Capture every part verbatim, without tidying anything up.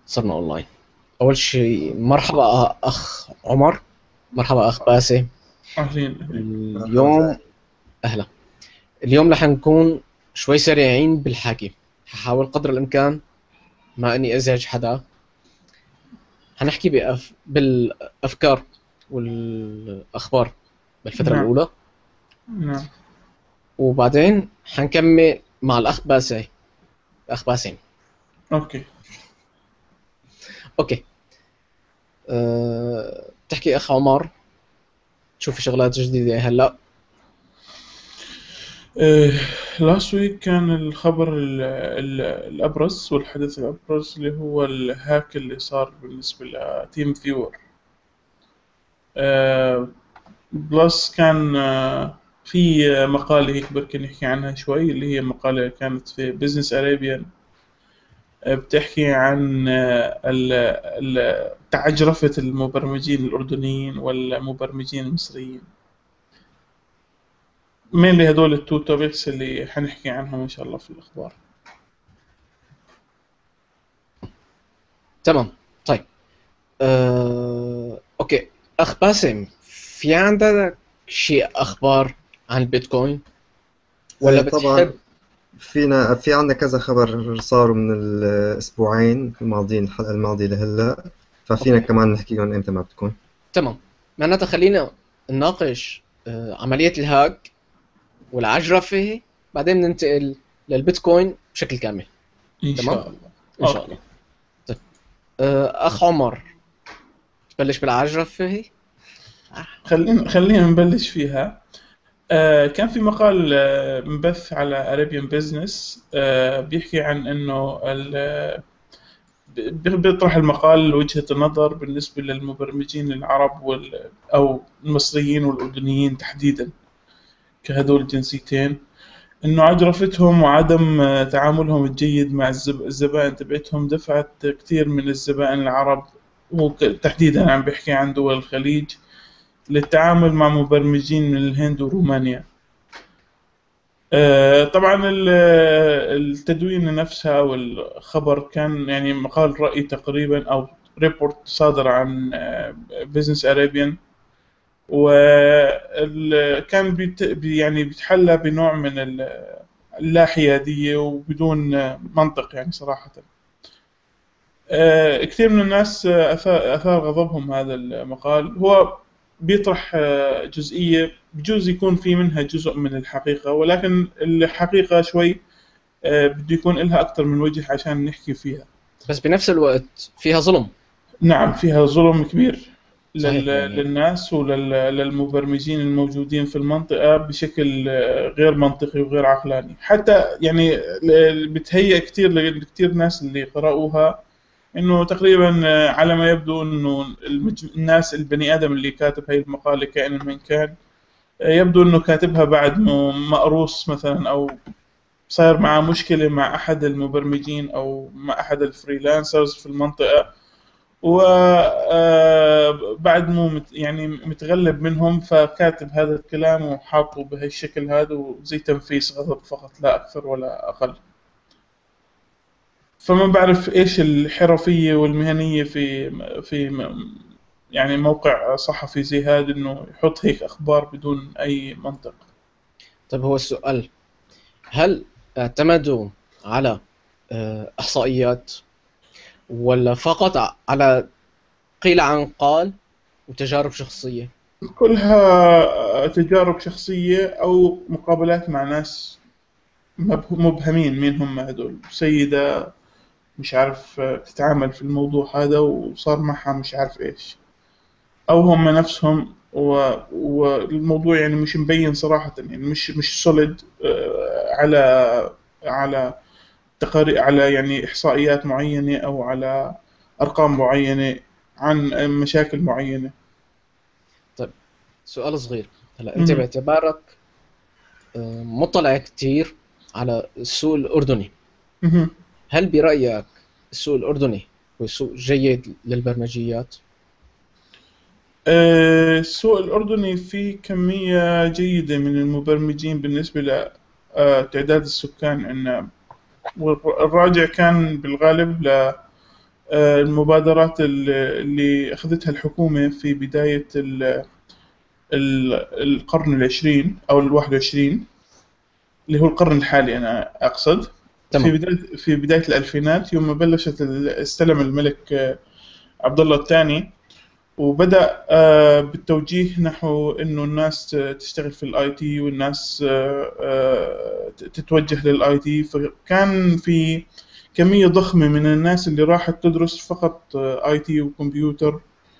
صرنا اونلاين. اول شيء مرحبا اخ عمر. مرحبا اخ باسم. أهلين أهلين. مرحبا اليوم زاهد. اهلا. اليوم رح نكون شوي سريعين بالحكي. ححاول قدر الامكان ما اني ازعج حدا. حنحكي بأف... بالافكار والاخبار بالفترة نعم الاولى، نعم. وبعدين حنكمل مع الاخ باسم. الاخ باسم. أوكي. اوكي. أه... بتحكي اخ عمر، تشوفي شغلات جديدة هلا؟ لاست ويك كان الخبر ال ال الأبرز والحدث الأبرز اللي هو الهاك اللي صار بالنسبة لتيم فيور. آه بلس كان آه في مقالة هيك بركي نحكي عنها شوي، اللي هي مقالة كانت في بزنس أرابيان، بتحكي عن آه، ال- ال- تعجرفة المبرمجين الأردنيين والمبرمجين المصريين. مين هدول التو توبكس اللي حنحكي عنهم إن شاء الله في الأخبار. تمام. طيب. أه... اوكي. اخ باسم، في عندك شيء اخبار عن البيتكوين ولا إيه طبعا. بتحب؟ فينا في عندنا كذا خبر صاروا من الأسبوعين الماضيين، الحلقة الماضية لهلا، ففينا اوكي. كمان نحكيهم إمتى ما بتكون. تمام. معناتها خلينا نناقش أه... عملية الهاك والعجرفة، بعدين ننتقل للبيتكوين بشكل كامل. إن تمام. شاء الله. ان شاء أوكي. الله. طيب. أه... اخ عمر، تبلش بالعجرفة. آه. خلينا خلينا نبلش فيها. آه كان في مقال آه مبث على Arabian Business، آه بيحكي عن إنه ال- بي- بيطرح المقال وجهة النظر بالنسبة للمبرمجين العرب وال أو المصريين والأردنيين تحديدا، كهدول الجنسيتين، إنه عجرفتهم وعدم آه، تعاملهم الجيد مع الزب- الزبائن تبعتهم دفعت كثير من الزبائن العرب، وتحديدا عم بحكي عن دول الخليج، للتعامل مع مبرمجين من الهند ورومانيا. آه، طبعا ال- التدوين نفسها والخبر كان يعني مقال رأي تقريبا أو ريبورت صادر عن بزنس أرابيان، وكان بيت بي- يعني بيتحلى بنوع من ال- اللاحيادية وبدون منطق يعني صراحة. آه، كثير من الناس آه، أثار أثار غضبهم هذا المقال. هو بيطرح آه، جزئية بجوز يكون في منها جزء من الحقيقة، ولكن الحقيقة شوي آه، بده يكون لها أكثر من وجه عشان نحكي فيها. بس بنفس الوقت فيها ظلم. نعم فيها ظلم كبير صحيح لل- يعني. للناس وللمبرمجين الموجودين في المنطقة بشكل آه، غير منطقي وغير عقلاني حتى. يعني ل- بتهيأ كثير لكثير ناس اللي قرأوها انه تقريبا آه، على ما يبدو انه المج... الناس البني ادم اللي كاتب هاي المقاله كائن من كان، آه، يبدو انه كاتبها بعد انه مقروص مثلا، او صار معه مشكله مع احد المبرمجين او مع احد الفريلانسرز في المنطقه، وبعد مو مت... يعني متغلب منهم، فكاتب هذا الكلام وحاطه بهالشكل هذا، وزي تنفيس غضب فقط لا اكثر ولا اقل. فما بعرف ايش الحرفية والمهنية في في يعني موقع صحفي زي هذا انه يحط هيك اخبار بدون اي منطق. طيب، هو السؤال: هل اعتمدوا على آه، إحصائيات ولا فقط ع- على قيل عن قال وتجارب شخصية؟ كلها تجارب شخصية او مقابلات مع ناس مب- مبهمين مين هم هذول. سيدة مش عارف تتعامل في الموضوع هذا وصار معها مش عارف ايش، او هم نفسهم و... والموضوع يعني مش مبين صراحة، يعني مش مش سوليد على على تقارير، على يعني إحصائيات معينة أو على أرقام معينة عن مشاكل معينة. طيب، سؤال صغير. هلا أنت مهم. باعتبارك آه، مطلع كتير على السوق الأردني، مهم. هل برأيك السوق الأردني هو سوق جيد للبرمجيات؟ آه، السوق الأردني فيه كمية جيدة من المبرمجين بالنسبة لتعداد السكان عندنا، والراجع كان بالغالب آه، المبادرات ال- اللي أخذتها الحكومة في بداية ال- ال- القرن العشرين أو الواحد والعشرين، اللي هو القرن الحالي أنا أقصد. في تمام. بداية في بداية الألفينات، يوم ما بلشت ال- استلم الملك آه، عبد الله الثاني، وبدأ آه، بالتوجيه نحو إنه الناس ت- تشتغل في الاي تي، والناس آه، آه، ت- تتوجه للاي تي. فكان في كمية ضخمة من الناس اللي راحت تدرس فقط اي تي وكمبيوتر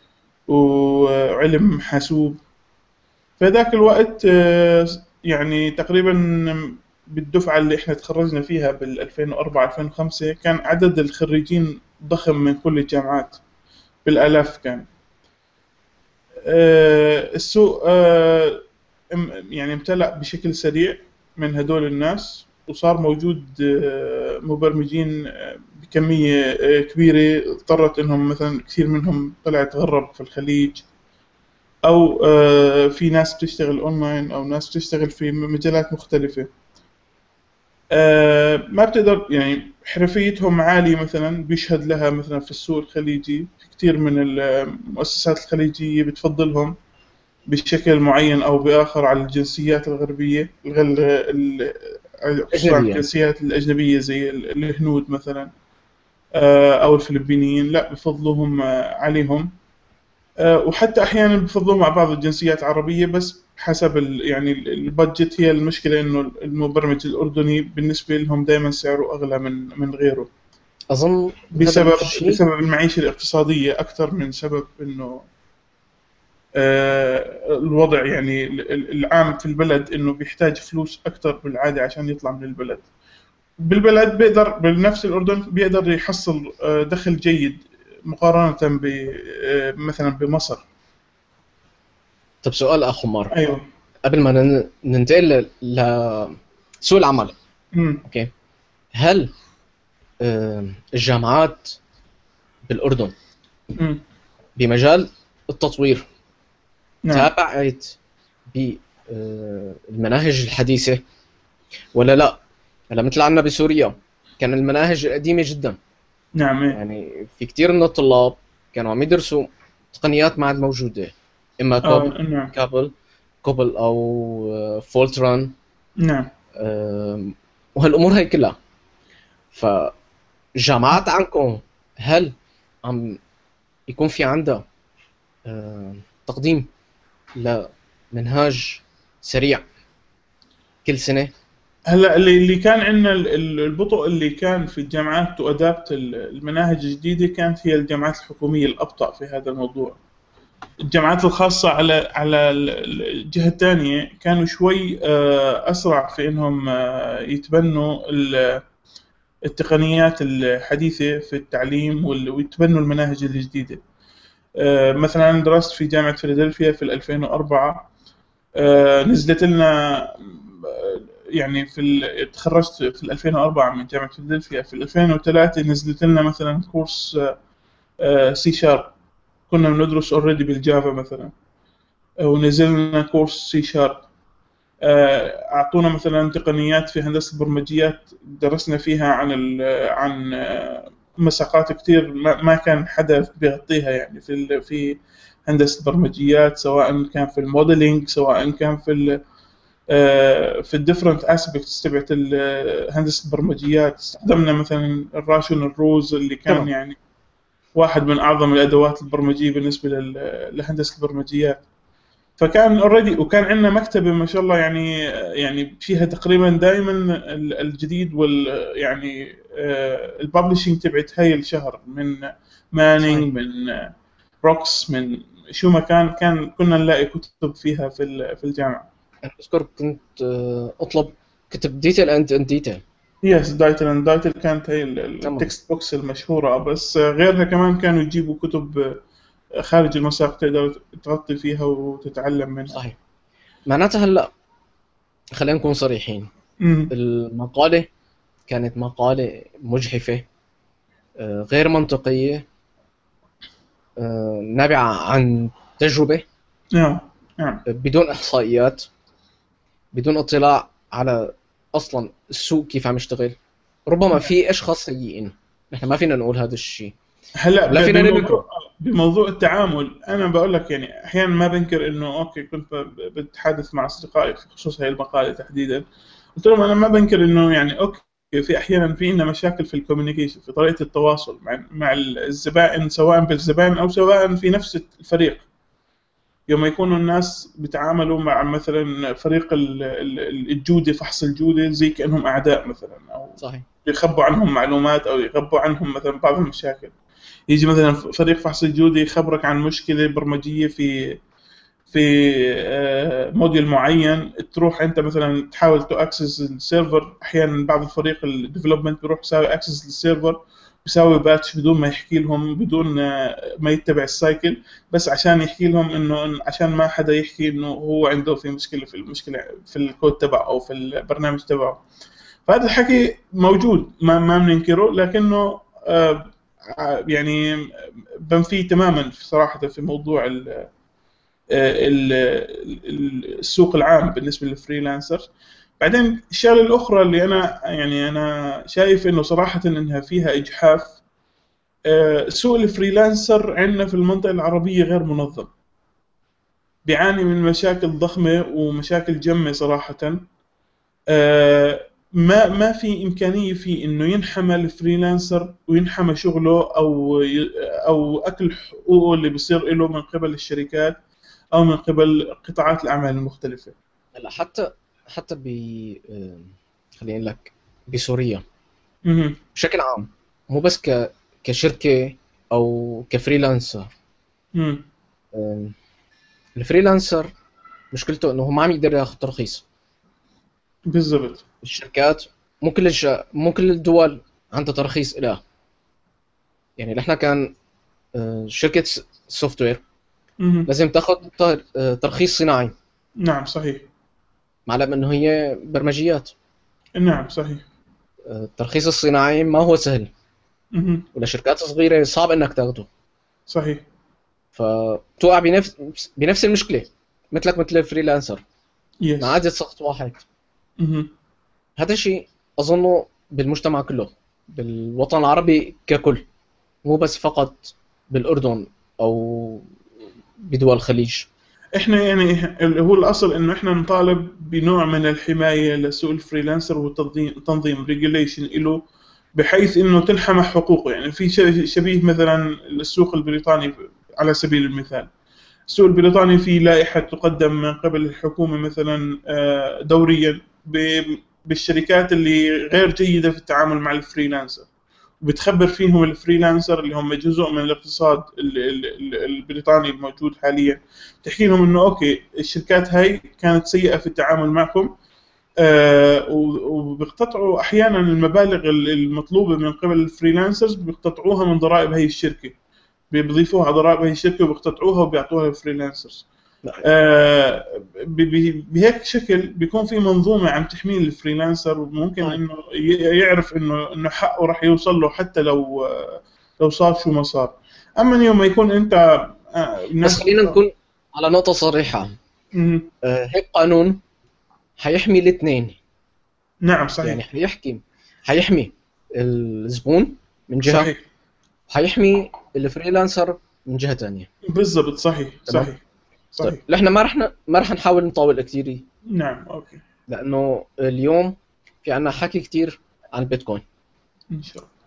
وعلم حاسوب. في ذاك الوقت آه، يعني تقريبا بالدفعة اللي احنا تخرجنا فيها بال ألفين وأربعة ألفين وخمسة كان عدد الخريجين ضخم من كل الجامعات، بالآلاف كان. آه، السوق آه، ام- يعني امتلأ بشكل سريع من هدول الناس، وصار موجود آه، مبرمجين آه، بكمية آه، كبيرة، اضطرت انهم مثلا كثير منهم طلع تغرب في الخليج، او آه، في ناس بتشتغل اونلاين، او ناس بتشتغل في مجالات مختلفة. آه، ما بتقدر يعني حرفيتهم عالية مثلا بيشهد لها مثلا في السوق الخليجي. في كثير من المؤسسات الخليجية بتفضلهم بشكل معين أو بآخر على الجنسيات الغربية، الغل... ال- خصوصا أجنبية. الجنسيات الأجنبية زي ال- الهنود مثلا، آه، أو الفلبينيين، لا بفضلوهم آه، عليهم. آه، وحتى أحيانا بفضلوهم مع بعض الجنسيات العربية، بس حسب ال... يعني ال- البادجت. هي المشكلة إنه المبرمج الأردني بالنسبة لهم دائما سعره أغلى من من غيره، أظن هذا بسبب الشيء. بسبب المعيشة الاقتصادية أكثر من سبب إنه آه، الوضع يعني ال- ال- العام في البلد، انه بيحتاج فلوس اكثر بالعاده عشان يطلع من البلد. بالبلد بيقدر، بنفس الاردن بيقدر يحصل آه، دخل جيد مقارنه ب آه، مثلا بمصر. طب سؤال أخو مار، ايوه. قبل ما نن- ننتقل ل- لسوق العمل. امم. أوكي. هل آه، الجامعات بالأردن امم. بمجال التطوير نعم. تابعت بالمناهج الحديثة ولا لا؟ هلا مثل عنا بسوريا كان المناهج القديمة جدا، نعم. إيه. يعني في كتير من الطلاب كانوا عم يدرسوا تقنيات ما عاد موجودة، إما اه. كوبل نعم. كابل كوبل أو آه، فولتران، نعم. آم، وهالأمور هاي كلها. فالجامعات عندكم هل عم يكون في عندها آم، تقديم لمنهاج سريع كل سنة؟ هلا اللي اللي كان عندنا ال- ال- البطء اللي كان في الجامعات وادابت المناهج الجديده، كانت هي الجامعات الحكوميه الابطا في هذا الموضوع. الجامعات الخاصة على على ال- الجهة الثانية كانوا شوي آه، أسرع في إنهم آه، يتبنوا ال- التقنيات الحديثة في التعليم، وال- ويتبنوا المناهج الجديدة. آه، مثلا أنا درست في جامعة فيلادلفيا في ألفين وأربعة. آه، نزلت لنا آه، يعني في ال- تخرجت في ألفين وأربعة من جامعة فيلادلفيا. في ألفين وثلاثة نزلت لنا مثلا كورس سي شارب. كنا بندرس اوريدي بالجافا مثلا، ونزلنا كورس سي شارب. اعطونا مثلا تقنيات في هندسه البرمجيات، درسنا فيها عن ال عن آه، مساقات كتير ما ما كان حدا بيغطيها، يعني في ال- في هندسه البرمجيات، سواء كان في الموديلينج، سواء كان في ال آه، في الديفرنت اسبيكتس تبعت ال- هندسه البرمجيات. استخدمنا مثلا الراشونال روز، اللي كان تمام. يعني واحد من اعظم الادوات البرمجيه بالنسبه لل- لهندسه البرمجيات. فكان اوريدي، وكان عندنا مكتبه ما شاء الله، يعني يعني فيها تقريبا دائما الجديد وال يعني الببلشنج تبعت هاي الشهر، من صحيح. مانينج، من روكس، من شو ما كان كان كنا نلاقي كتب فيها في ال- في الجامعه. أنا أذكر كنت آه، أطلب كتب ديتيل أند أند ديتيل. يس، دايتل اند دايتل كانت هي تمام. التكست بوكس المشهوره، بس غيرها كمان كانوا يجيبوا كتب خارج المساق تقدر تغطي فيها وتتعلم منها. صحيح. معناتها هلا خلينا نكون صريحين، امم. المقالة كانت مقالة مجحفة، آه، غير منطقية، آه، نابعة عن تجربة، نعم. نعم. بدون إحصائيات، بدون اطلاع على أصلا السوق كيف عم يشتغل. ربما في أشخاص سيئين، نحن ما فينا نقول هذا الشيء، هلا لا فينا ننكر. بموضوع بموضوع التعامل، انا بقول لك يعني احيانا ما بنكر انه اوكي كنت ب- بتحدث مع اصدقائي في خصوص هاي المقاله تحديدا، قلت لهم انا ما بنكر انه يعني اوكي في احيانا في عندنا مشاكل في الكوميونيكيشن، في طريقه التواصل مع مع الزبائن، سواء بالزبائن او سواء في نفس الفريق. يوم يكونوا الناس بيتعاملوا مع مثلا فريق ال- ال- الجوده، فحص الجوده، زي كانهم اعداء مثلا، او صحيح. يخبوا عنهم معلومات او يخبوا عنهم مثلا بعض المشاكل. يجي مثلا فريق فحص الجودة يخبرك عن مشكلة برمجية في في آه، موديل معين، تروح انت مثلا تحاول تو اكسس السيرفر. احيانا بعض الفريق الديفلوبمنت بيروح يساوي اكسس للسيرفر، بيساوي باتش بدون ما يحكي لهم، بدون آه، ما يتبع السايكل، بس عشان يحكي لهم انه إن- عشان ما حدا يحكي انه هو عنده في مشكلة في المشكلة في الكود تبعه او في البرنامج تبعه. فهذا الحكي موجود، ما ما بننكره، لكنه آه، ع- يعني بنفيه تماما في صراحة في موضوع ال- آه، ال- ال- السوق العام بالنسبة للفريلانسر. بعدين الشغلة الأخرى اللي أنا يعني أنا شايف إنه صراحة إنها فيها إجحاف، آه، سوق الفريلانسر عندنا في المنطقة العربية غير منظم، بيعاني من مشاكل ضخمة ومشاكل جمة صراحة. آه، ما ما في إمكانية في إنه ينحمى الفريلانسر وينحمى شغله، أو ي- أو أكل حقوقه اللي بيصير له من قبل الشركات أو من قبل قطاعات الأعمال المختلفة. هلا حتى حتى ب آه، خليني أقول لك بسوريا مهم. بشكل عام، مو بس ك كشركة أو كفريلانسر. مهم. آه، الفريلانسر مشكلته إنه هو ما عم يقدر ياخذ ترخيص. بالضبط. الشركات مو كل الش... مو كل الدول عندها ترخيص إلها. يعني نحن كان آه، شركة سوفت وير مهم. لازم تاخذ ت- آه، ترخيص صناعي، نعم صحيح. مع العلم إنه هي برمجيات. نعم صحيح. آه، الترخيص الصناعي ما هو سهل، مهم. ولشركات صغيرة صعب إنك تاخده. صحيح. فتوقع بنفس بنفس المشكلة مثلك مثل الفريلانسر مع يس. عدد سقط واحد. مهم. هذا الشيء أظنه بالمجتمع كله، بالوطن العربي ككل، مو بس فقط بالأردن أو بدول الخليج. احنا يعني اللي هو الاصل انه احنا نطالب بنوع من الحمايه لسوق الفريلانسر وتنظيم تنظيم ريجوليشن له، بحيث انه تنحمى حقوقه. يعني في شيء شبيه مثلا السوق البريطاني على سبيل المثال. السوق البريطاني في لائحه تقدم من قبل الحكومه مثلا آه، دوريا ب- بالشركات اللي غير جيده في التعامل مع الفريلانسر، وبتخبر فيهم الفريلانسر اللي هم جزء من الاقتصاد ال- ال- ال- البريطاني الموجود حاليا. تحكي لهم انه اوكي الشركات هاي كانت سيئة في التعامل معكم، آه، و- وبيقتطعوا احيانا المبالغ ال- المطلوبة من قبل الفريلانسرز، بيقتطعوها من ضرائب هاي الشركة، بيضيفوها على ضرائب هاي الشركة وبيقتطعوها وبيعطوها للفريلانسرز. آه، ب- ب- بهيك شكل بيكون في منظومة عم تحمي الفريلانسر، وممكن طيب. انه ي- يعرف انه انه حقه راح يوصل له حتى لو لو صار شو ما صار. اما يوم ما يكون انت آه، بس الناس خلينا نكون على نقطة صريحة. مهم. آه، هيك قانون حيحمي الاثنين. نعم يعني صحيح. حيحكي حيحمي الزبون من جهة، صحيح. وحيحمي الفريلانسر من جهة تانية. بالضبط. صحيح. تمام. صحيح. طيب صحيح. نحن ما رح ن- ما رح نحاول نطول كتير، نعم اوكي. لأنه اليوم في عنا حكي كتير عن البيتكوين، ان شاء الله.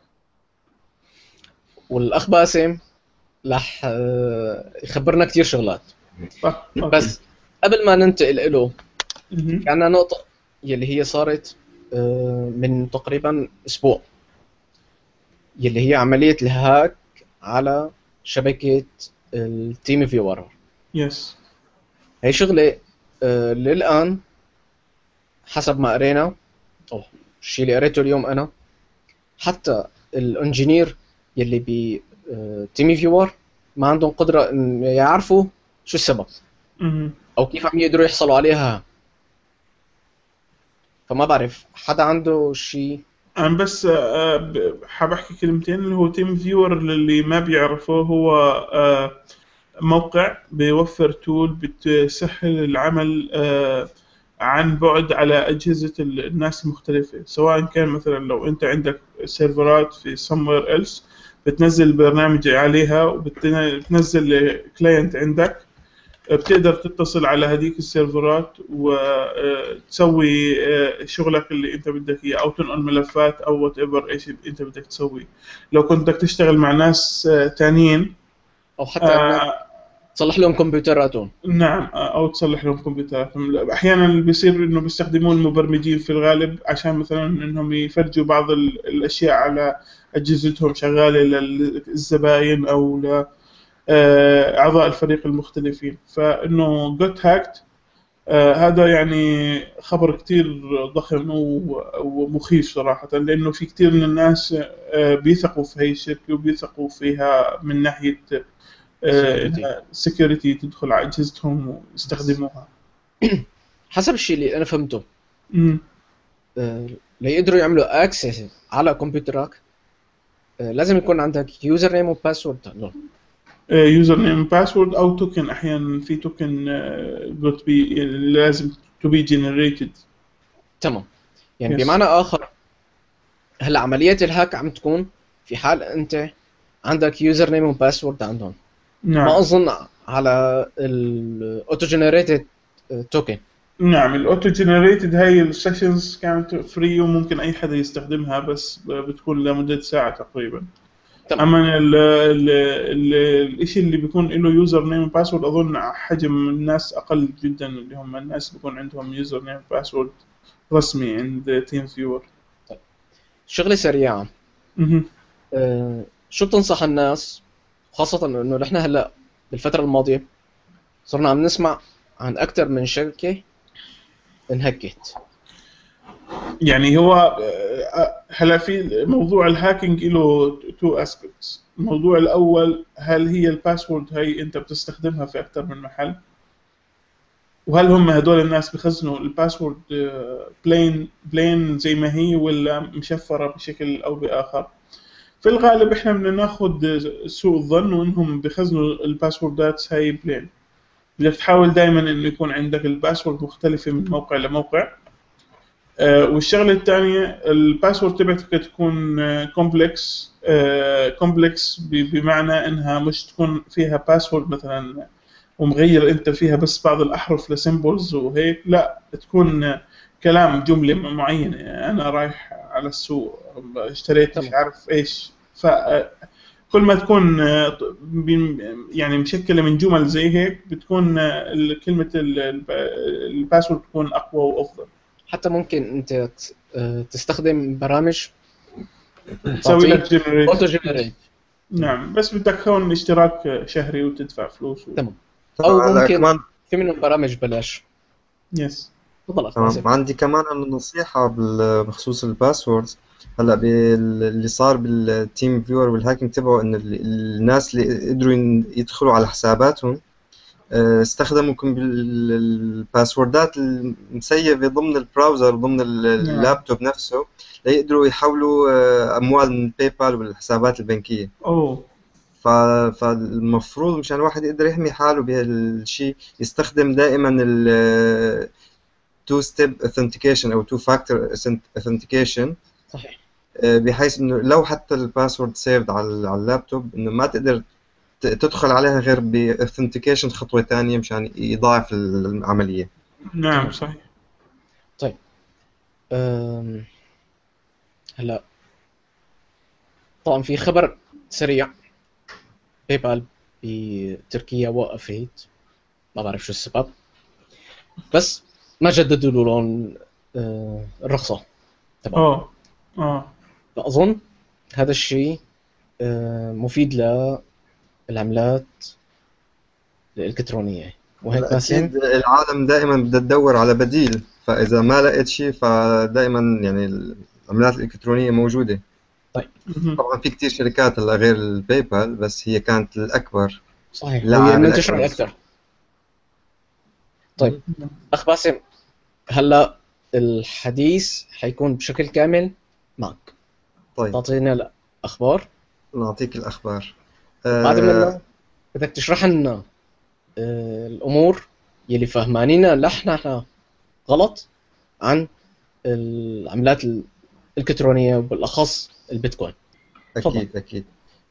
والأخ باسم رح آه، يخبرنا كتير شغلات. صح. أوكي. بس قبل ما ننتقل له، مهم. في عنا نقطة يلي هي صارت آه، من تقريبا أسبوع، يلي هي عملية الهاك على شبكة التيم فيور. يس. هي شغلة آه، للآن حسب ما قرينا، أو الشيء اللي قريته اليوم أنا، حتى الانجينير يلي ب تيم فيور ما عندهم قدرة إن يعرفوا شو السبب مهم. أو كيف عم يقدروا يحصلوا عليها. فما بعرف حدا عنده شيء. أنا بس آه، ب- حاب أحكي كلمتين. اللي هو تيم فيور للي ما بيعرفوه، هو آه، موقع بيوفر تول بتسهل العمل آه، عن بعد على أجهزة ال- الناس المختلفة، سواء كان مثلا لو أنت عندك سيرفرات في somewhere else، بتنزل برنامج عليها وبتنزل كلاينت عندك، بتقدر تتصل على هذيك السيرفرات وتسوي شغلك اللي انت بدك اياه، او تنقل ملفات او وات ايفر ايش انت بدك تسوي. لو كنت بدك تشتغل مع ناس تانيين او حتى انك آه تصلح لهم كمبيوتراتهم. نعم، او تصلح لهم كمبيوتراتهم. احيانا بيصير انه بيستخدمون المبرمجين في الغالب عشان مثلا انهم يفرجوا بعض ال- الاشياء على اجهزتهم شغاله للزباين او ل آه، أعضاء الفريق المختلفين. فإنه جوت هاكت هذا يعني خبر كتير ضخم و- ومخيف صراحة، لأنه في كتير من الناس آه، بيثقوا في هاي الشركة وبيثقوا فيها من ناحية Security. سكيورتي، تدخل على أجهزتهم ويستخدموها. حسب الشيء اللي انا فهمته، مم. آه، ليقدروا يعملوا اكسس على كمبيوترك آه، لازم يكون عندك يوزر نيم وباسورد لهم. يوزر نيم باسورد أو توكن. أحيانا في توكن جوت بي لازم to be generated. تمام. يعني Yes. بمعنى اخر، هلا عملية الهاك عم تكون في حال انت عندك يوزر نيم وباسورد عندهم. ما نعم اظن على الاوتو جنريتد توكن. نعم، الاوتو جنريتد هاي السيشنز كانت فري وممكن اي حدا يستخدمها، بس بتكون لمدة ساعة تقريبا. تمام. اما ال ال ال الاشي اللي بيكون له يوزر نيم باسورد، اظن حجم الناس اقل جدا، اللي هم الناس بيكون عندهم يوزر نيم باسورد رسمي عند تيم فيور. شغلة سريعة، مهم. أه شو بتنصح الناس، خاصة انه نحن هلا بالفترة الماضية صرنا عم نسمع عن اكثر من شركة انهكت. يعني هو آه، هلا في موضوع الهاكينج له تو اسبكتس. الموضوع الاول، هل هي الباسورد هي انت بتستخدمها في اكثر من محل، وهل هم هدول الناس بيخزنوا الباسورد بلين بلين زي ما هي، ولا مشفرة بشكل أو بآخر. في الغالب إحنا بدنا ناخد سوء الظن وإنهم بيخزنوا الباسوردات هاي بلين. بدك تحاول دائما إنه يكون عندك الباسورد مختلفة من موقع لموقع. آه، والشغلة الثانية، الباسورد تبعتك تكون كومبلكس. كومبلكس بمعنى إنها مش تكون فيها باسورد مثلا ومغير انت فيها بس بعض الاحرف لسيمبلز وهيك، لا، تكون كلام جمله معينه. انا رايح على السوق اشتريت مش تمام. عارف ايش. فكل ما تكون يعني مشكله من جمل زي هيك، بتكون كلمه الباسورد تكون اقوى وافضل. حتى ممكن انت ت- آه، تستخدم برامج تسوي لك جنريت. اوتو جنريت. نعم، بس بدك هون اشتراك شهري وتدفع فلوس و... تمام. او هلا ممكن كمان في منهم برامج ببلاش. يس. تفضل اخ تمام، باسم. عندي كمان أنا نصيحة بال- بخصوص الباسوردز. هلا بال- اللي صار بالتيم فيور والهاكينج تبعه انه ال- الناس اللي قدروا ين- يدخلوا على حساباتهم آه، استخدموا كم- بال- الباسوردات المسيبة ضمن البراوزر ضمن ال- اللابتوب نفسه، ليقدروا يحولوا آه، أموال من باي بال والحسابات البنكية. اوه ف... فالمفروض مشان الواحد يقدر يحمي حاله بهالشيء يستخدم دائما ال two step authentication او two factor authentication، صحيح. آه، بحيث انه لو حتى الباسورد سيفد على على اللابتوب انه ما تقدر ت- تدخل عليها غير باثنتيكيشن خطوة ثانية مشان يضاعف العملية. نعم تمام. صحيح. طيب أم... هلا طبعا في خبر سريع، باي بال بتركيا وقفت، ما بعرف شو السبب، بس ما جددوا له لون آه، الرخصة تبعه. اه اه فأظن هذا الشيء آه، مفيد للعملات الإلكترونية. وهيك هلا باسم. اكيد العالم دائما بدها تدور على بديل، فاذا ما لقيت شيء فدائما يعني العملات الالكترونية موجودة. طيب مهم. طبعا في كتير شركات هلا غير الباي بال، بس هي كانت الأكبر، صحيح، لا وهي عامل منتشرة أكبر. أكثر. طيب أخ باسم، هلا الحديث حيكون بشكل كامل معك. طيب تعطينا الأخبار، نعطيك الأخبار. بعد آه منه بدك تشرح لنا آه، الأمور يلي فهمانينا نحن احنا غلط عن العملات الإلكترونية وبالأخص البيتكوين. تفضل. أكيد أكيد.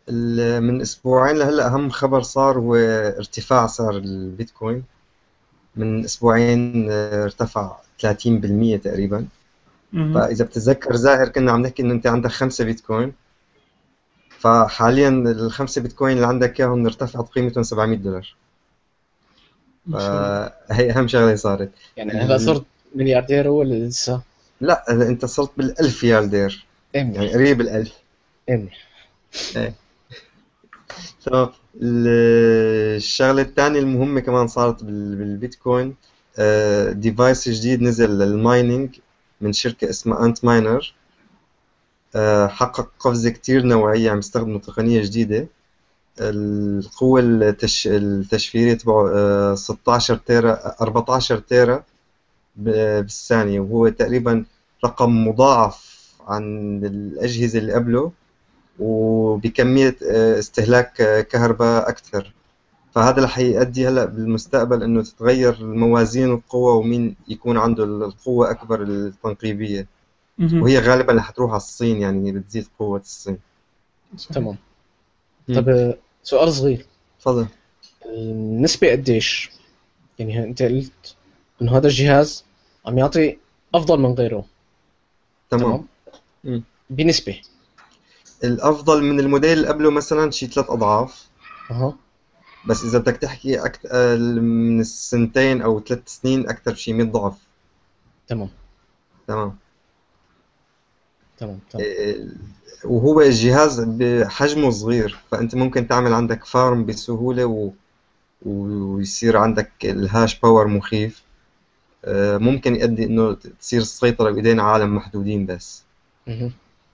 ال- من اسبوعين لهلا اهم خبر صار هو ارتفاع سعر البيتكوين. من اسبوعين آه، ارتفع ثلاثين بالمية تقريبا. مهم. فاذا بتتذكر زاهر كنا عم نحكي انه انت عندك خمسة بيتكوين، فحاليا الخمسة بيتكوين اللي عندك اياهم ارتفعت قيمتهم سبعمية دولار. ما شاء الله. فهي اهم شغله صارت. يعني هلا ال... صرت ملياردير ولا لسه؟ لا إذا انت صرت بالالف ياردير، يعني امنح قريب الالف. امنح. ايه تمام. ال- الشغله الثانيه المهمه كمان صارت بال- بالبيتكوين، ديفايس جديد نزل للمايننج من شركه اسمها انت ماينر. حقق قفزه كتير نوعيه، عم يستخدموا تقنيه جديده. القوة التش... التشفيرية تبعه آه، ستاشر تيرا أربعتاشر تيرا ب- بالثانية، وهو تقريبا رقم مضاعف عن الأجهزة اللي قبله، وبكمية آه، استهلاك آه، كهرباء أكثر. فهذا رح يؤدي هلا بالمستقبل إنه تتغير الموازين القوى، ومين يكون عنده القوة أكبر التنقيبية، مهم. وهي غالبا رح تروح على الصين، يعني بتزيد قوة الصين. صحيح. تمام. مم. طب آه، سؤال صغير، تفضل. النسبة قديش؟ يعني انت قلت انه هذا الجهاز عم يعطي افضل من غيره، تمام. تمام؟ مم. بنسبة. الأفضل من الموديل اللي قبله مثلا شي ثلاث أضعاف. اها. بس إذا بدك تحكي أكثر من السنتين أو ثلاث سنين، أكثر بشي مية ضعف. تمام تمام. تمام تمام. إيه، وهو الجهاز بحجمه صغير، فأنت ممكن تعمل عندك فارم بسهولة و... ويصير عندك الهاش باور مخيف. آه، ممكن يؤدي إنه تصير السيطرة بإيدين عالم محدودين بس. مهم.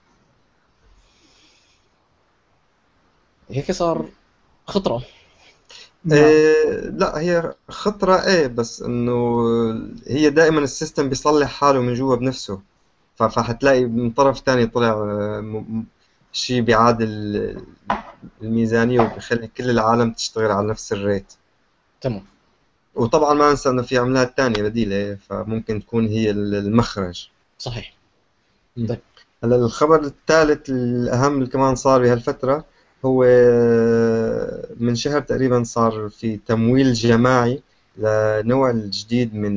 هيك صار خطرة. نعم. إيه لا، هي خطرة ايه، بس انه هي دائما السيستم بيصلح حاله من جوا بنفسه. ف- فحتلاقي من طرف تاني طلع آه، م- م- شيء بيعادل الميزانية، وبيخلي كل العالم تشتغل على نفس الريت. تمام. وطبعا ما ننسى انه في عملات تانية بديلة، فممكن تكون هي المخرج. صحيح. م. طيب. هلا الخبر الثالث الأهم اللي كمان صار بهالفترة هو من شهر تقريبا صار في تمويل جماعي لنوع الجديد من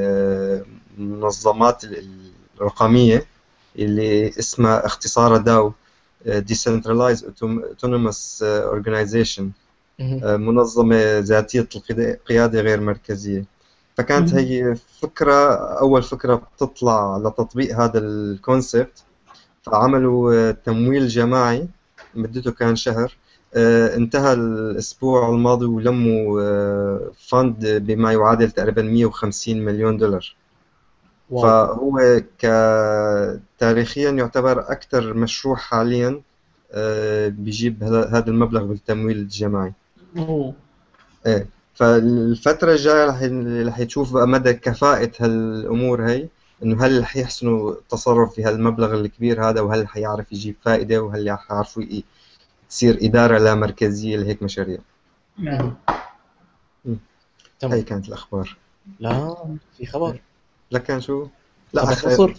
المنظمات الرقمية اللي اسمها اختصارها داو، Decentralized Autonomous Organization، مهم. منظمة ذاتية القيادة غير مركزية. فكانت مهم. هي فكرة، أول فكرة بتطلع لتطبيق هذا الكونسبت. فعملوا آه، تمويل جماعي مدته كان شهر. آه، انتهى الأسبوع الماضي، ولموا آه، فند بما يعادل تقريبا مية وخمسين مليون دولار. واو. فهو كتاريخيا يعتبر أكثر مشروع حاليا آه، بيجيب هذا هذا المبلغ بالتمويل الجماعي. أوه. ايه. فالفترة الجاية رح رح تشوف بقى مدى كفاءة هالأمور هي، إنه هل رح يحسنوا التصرف في هالمبلغ الكبير هذا، وهل حيعرف يجيب فائدة، وهل رح يعرفوا ي- تصير إدارة لا مركزية لهيك مشاريع. نعم. مهم. مم. هي تمام. كانت الأخبار. لا في خبر. لكن شو؟ لا خبر أخ... مصر.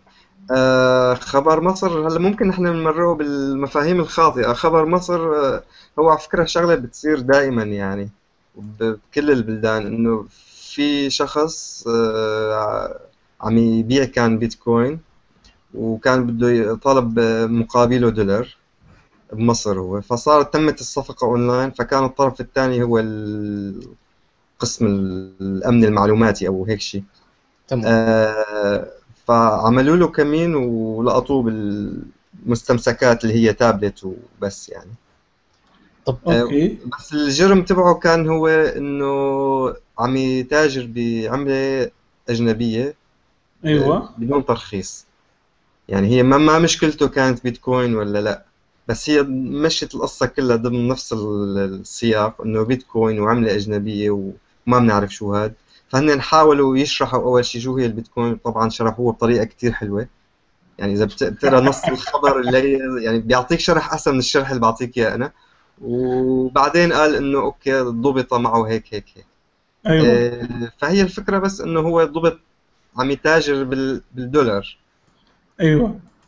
آه خبر مصر هلا ممكن نحن نمرره بالمفاهيم الخاطئة. خبر مصر آه هو على فكرة شغلة بتصير دائما، يعني بكل البلدان، إنه في شخص آه عم يبيع كان بيتكوين، وكان بده طالب مقابله دولار بمصر هو. فصارت تمت الصفقة أونلاين، فكان الطرف الثاني هو ال- قسم الأمن المعلوماتي أو هيك شيء. تمام. آه، فعملوا له كمين ولقطوه بالمستمسكات اللي هي تابلت وبس يعني. طب آه، أوكي. بس الجرم تبعه كان هو إنه عم يتاجر بعملة أجنبية آه، أيوة. بدون ترخيص. يعني هي ما ما مشكلته كانت بيتكوين ولا لا، بس هي مشت القصة كلها ضمن نفس ال- السياق، انه بيتكوين وعملة اجنبية وما بنعرف شو هاد. فهن حاولوا يشرحوا اول شيء شو هي البيتكوين. طبعا شرحوها بطريقة كتير حلوة، يعني اذا بت- بتقرا نص الخبر اللي هي يعني بيعطيك شرح احسن من الشرح اللي بعطيك اياه انا. وبعدين قال انه اوكي ضبط معه هيك هيك هيك. أيوة. آه، فهي الفكرة بس انه هو ضبط عم يتاجر بال- بالدولار. أيوة.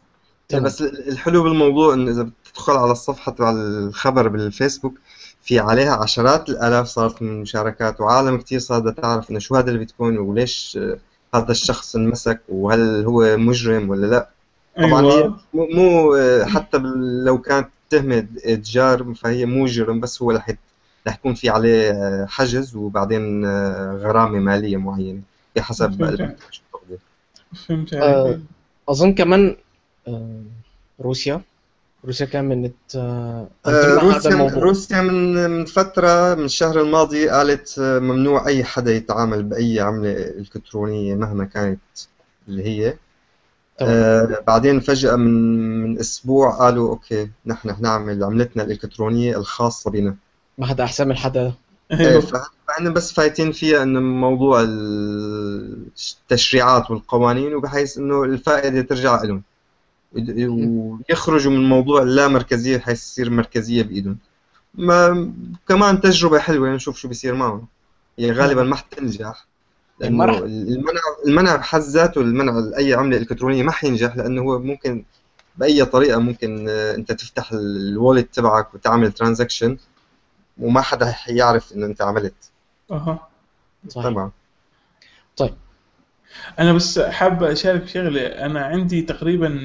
تمام. بس الحلو بالموضوع انه اذا بتدخل على الصفحه تبع الخبر بالفيسبوك في عليها عشرات الالاف صارت من المشاركات، وعالم كتير صارت تعرف انه شو هذا البيتكوين وليش آه، هذا الشخص انمسك وهل هو مجرم ولا لا. طبعا هي ايوه مو مو، آه، حتى بال- لو كانت تهمة اتجار فهي مو جرم، بس هو رح يت- رح يكون في عليه آه، حجز وبعدين آه، غرامة مالية معينة بحسب فهمت عليك. شو بتاخذ. فهمت آه، عليك. اظن كمان آه، روسيا روسيا كانت آه، عم آه، تمنع هذا روسيا الموضوع. روسيا من من فترة، من الشهر الماضي قالت آه، ممنوع أي حدا يتعامل بأي عملة إلكترونية مهما كانت اللي هي. تمام. آه بعدين فجأة من من أسبوع قالوا أوكي نحن حنعمل عملتنا الإلكترونية الخاصة بنا. ما حدا احسن من حدا. إيه، ايوه فه- فإحنا بس فايتين فيها إنه موضوع التشريعات والقوانين، وبحيث إنه الفائدة ترجع لهم ويخرجوا من موضوع اللامركزية بحيث تصير مركزية بإيدهم. ما كمان تجربة حلوة نشوف شو بيصير معهم. هي غالبا ما حتنجح، يعني ما لأنه راح. المنع المنع بحد ذاته، المنع لأي عملة إلكترونية ما حينجح، لأنه هو ممكن بأي طريقة ممكن آه، أنت تفتح الوالت تبعك وتعمل ترانزاكشن وما حدا حيعرف إنه أنت عملت. اها. صحيح. طبعا. طيب. انا بس حاب اشارك شغله. انا عندي تقريبا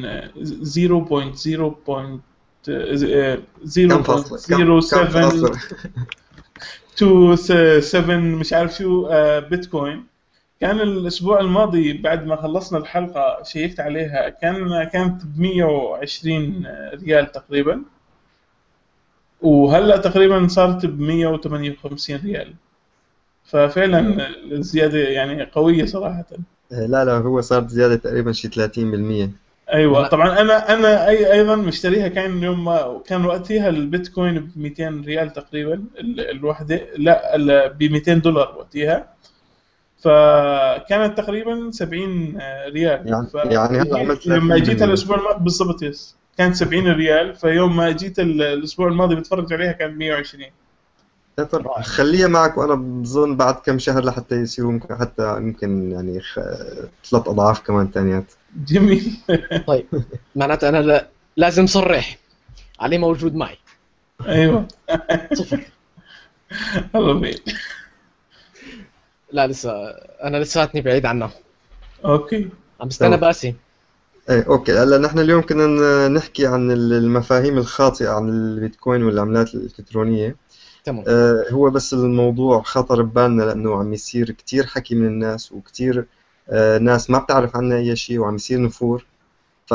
كم فاصلة كم كم صفر فاصلة صفر سبعة فاصلة تو سبعة مش عارف شو آه، بيتكوين. كان الاسبوع الماضي بعد ما خلصنا الحلقه شيكت عليها، كان كانت ب مية وعشرين ريال تقريبا، وهلا تقريبا صارت ب مية وثمانية وخمسين ريال. ففعلا الزياده يعني قويه صراحه. لا لا، هو صار زيادة تقريبا شي ثلاثين بالمية. ايوه هلا طبعا. انا انا اي ايضا مشتريها. كان يوم ما كان وقتها البيتكوين ب مئتين ريال تقريبا ال- الوحده، لا ب مئتين دولار وقتها. فكانت تقريبا سبعين ريال. يعني يعني هلا فجيت عملت لما جيت ثلاثين بالمية. الاسبوع الماضي بالضبط، يس كانت سبعين ريال. فيوم ما جيت ال- الاسبوع الماضي بتفرج عليها كان مية وعشرين. لا طب رائع. خليها معك، وأنا بظن بعد كم شهر لحتى يصيروا ممكن، حتى يمكن يعني خ... ثلاث أضعاف كمان تانيات. جميل. طيب، معناته انا لا... لازم صرح علي موجود معي. ايوه صفر. الله بين. لا لسه، انا لساتني بعيد عنه. اوكي عم بستنى تمام. باسي. ايه اوكي. هلا نحن اليوم كنا ن- نحكي عن المفاهيم الخاطئة عن البيتكوين والعملات الإلكترونية. تمام. آه، هو بس الموضوع خطر ببالنا لأنه عم يصير كتير حكي من الناس، وكتير آه، ناس ما بتعرف عنها أي شيء، وعم يصير نفور. ف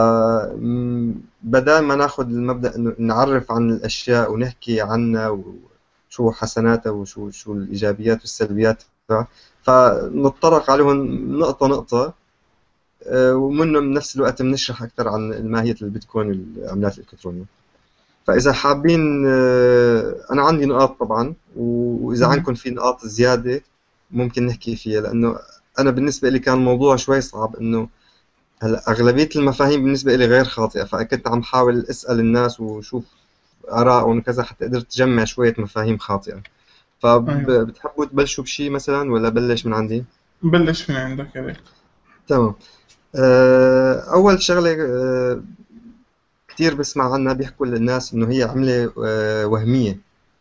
م، بدال ما ناخذ المبدأ إنه نعرف عن الأشياء ونحكي عنها وشو حسناتها وشو شو الإيجابيات والسلبيات تبعها، فنتطرق عليهم نقطة نقطة. آه، ومنه بنفس الوقت بنشرح أكثر عن ماهية البيتكوين والعملات الإلكترونية. فإذا حابين، آه، أنا عندي نقاط طبعا، وإذا مهم. عندكم في نقاط زيادة ممكن نحكي فيها، لأنه أنا بالنسبة لي كان الموضوع شوي صعب. إنه هلا أغلبية المفاهيم بالنسبة لي غير خاطئة، فكنت عم حاول أسأل الناس وشوف آرائهم وكذا حتى قدرت أجمع شوية مفاهيم خاطئة. ايوه فبتحبوا تبلشوا بشي مثلا ولا بلش من عندي؟ بلش من عندك يا ريت. تمام. آه، أول شغلة، آه، كتير بسمع عنها بيحكوا للناس إنه هي عملة آه، وهمية،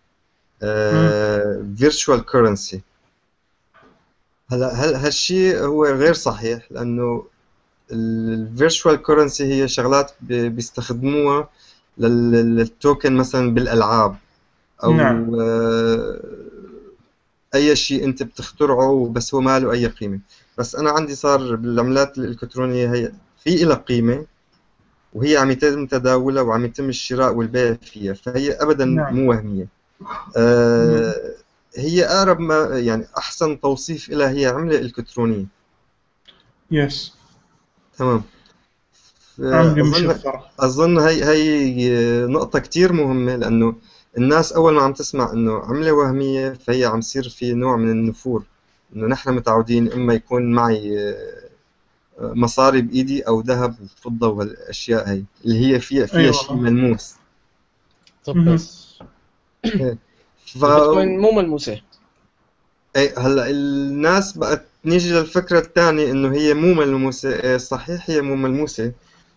مم. آه، virtual currency. هلا هل هالشيء هو غير صحيح، لأنه ال virtual currency هي شغلات بي- بيستخدموها لل- للتوكن مثلا بالألعاب، أو نعم آه، أي شيء أنت بتخترعه بس هو ما له أي قيمة. بس أنا عندي صار بالعملات الإلكترونية هي في إلها قيمة، وهي عم يتم تداولها وعم يتم الشراء والبيع فيها، فهي أبدا نعم. مو وهمية. مم. آه، هي أقرب ما يعني أحسن توصيف لها هي عملة إلكترونية. يس تمام. عم بيمشي أظن الصراحة. أظن هي هي نقطة كتير مهمة، لأنه الناس أول ما عم تسمع إنه عملة وهمية فهي عم يصير في نوع من النفور. إنه نحن متعودين إما يكون معي آه، مصاري بإيدي أو ذهب وفضة والأشياء هي اللي هي فيها فيها شيء أيوة. ملموس. طب مهم. بس إيه. ف البيتكوين مو ملموسة. إيه، هلا الناس بقت نيجي للفكرة الثانية إنه هي مو ملموسة. إيه، صحيح هي مو ملموسة،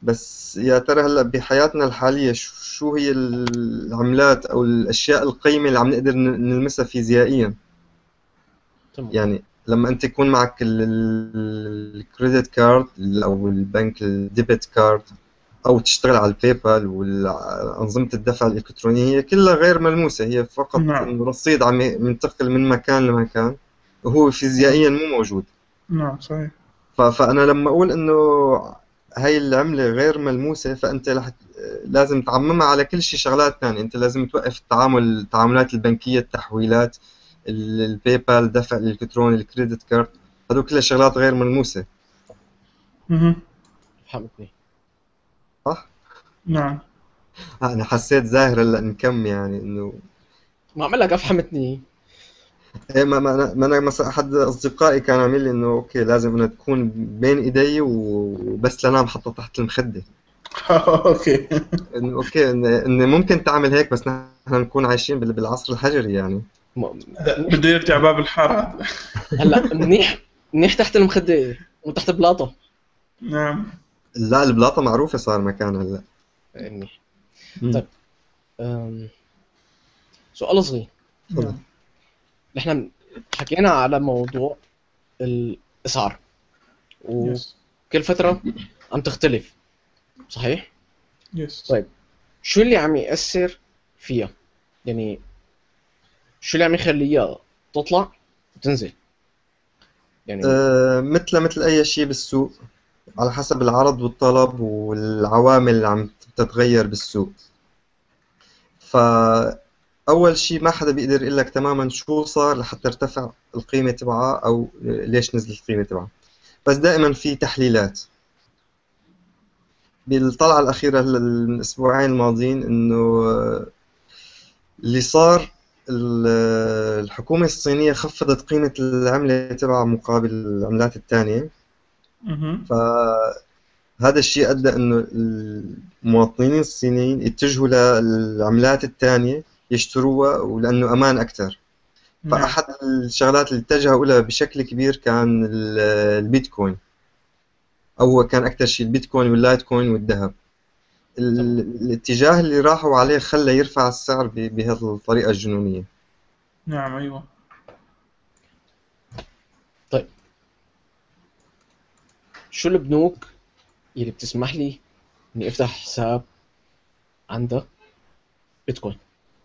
بس يا ترى هلا بحياتنا الحالية شو شو هي العملات أو الأشياء القيمة اللي عم نقدر ن- نلمسها فيزيائيا؟ تمام. يعني لما أنت يكون معك الكريدت كارد أو البنك الديبت كارد، أو تشتغل على الباي بال وأنظمة الدفع الإلكترونية، هي كلها غير ملموسة، هي فقط نعم إنه رصيد عم ينتقل من مكان لمكان وهو فيزيائيا مو موجود. نعم صحيح. ف- فأنا لما أقول إنه هاي العملة غير ملموسة، فأنت رح لازم تعممها على كل شيء شغلات ثانية. أنت لازم توقف التعامل التعاملات البنكية، التحويلات، ال- الباي بال، الدفع الإلكتروني، الكريدت كارد، هذول كلها شغلات غير ملموسة. مهم. فهمتني. صح؟ نعم أنا حسيت زاهر هلا نكم يعني إنه ما عمل لك افهمتني. إيه، ما ما أنا ما أنا مثلا أحد أصدقائي كان عامل لي إنه أوكي لازم إنها تكون بين إيدي وبس لنام حطها تحت المخدة. اوكي. إنه أوكي إن إن ممكن تعمل هيك، بس نحن نكون عايشين بال- بالعصر الحجري يعني. م- هذا منيح. بده يرجع باب الحارة. هلا منيح منيح تحت المخدة وتحت بلاطة. نعم لا، البلاطة معروفة صار مكانها هلا. منيح. مم. طيب، أم... سؤال صغير. تفضل. نعم نحن حكينا على موضوع الاسعار يس وكل فترة عم تختلف، صحيح؟ يس. طيب، شو اللي عم يأثر فيها؟ يعني شو اللي عم يخليها تطلع وتنزل؟ يعني أه مثل مثل أي شيء بالسوق، على حسب العرض والطلب والعوامل اللي عم تتغير بالسوق. فأول شيء ما حدا بيقدر يقول لك تماما شو صار لحتى ارتفع القيمة تبعها أو ليش نزلت القيمة تبعها، بس دائما في تحليلات. بالطلعة الأخيرة الأسبوعين الماضيين إنه آه، اللي صار ال- الحكومة الصينية خفضت قيمة العملة تبعها مقابل العملات الثانية. مهم. فهذا الشيء أدى إنه المواطنين الصينيين يتجهوا للعملات الثانية يشتروها، ولأنه أمان أكثر. نعم فأحد الشغلات اللي اتجهوا لها بشكل كبير كان ال- البيتكوين، أو هو كان أكثر شيء البيتكوين واللايت كوين والذهب. تمام. ال- الاتجاه اللي راحوا عليه خلى يرفع السعر ب- بهذه الطريقة الجنونية. نعم أيوة. طيب، شو البنوك اللي بتسمح لي اني افتح حساب عندها بيتكوين؟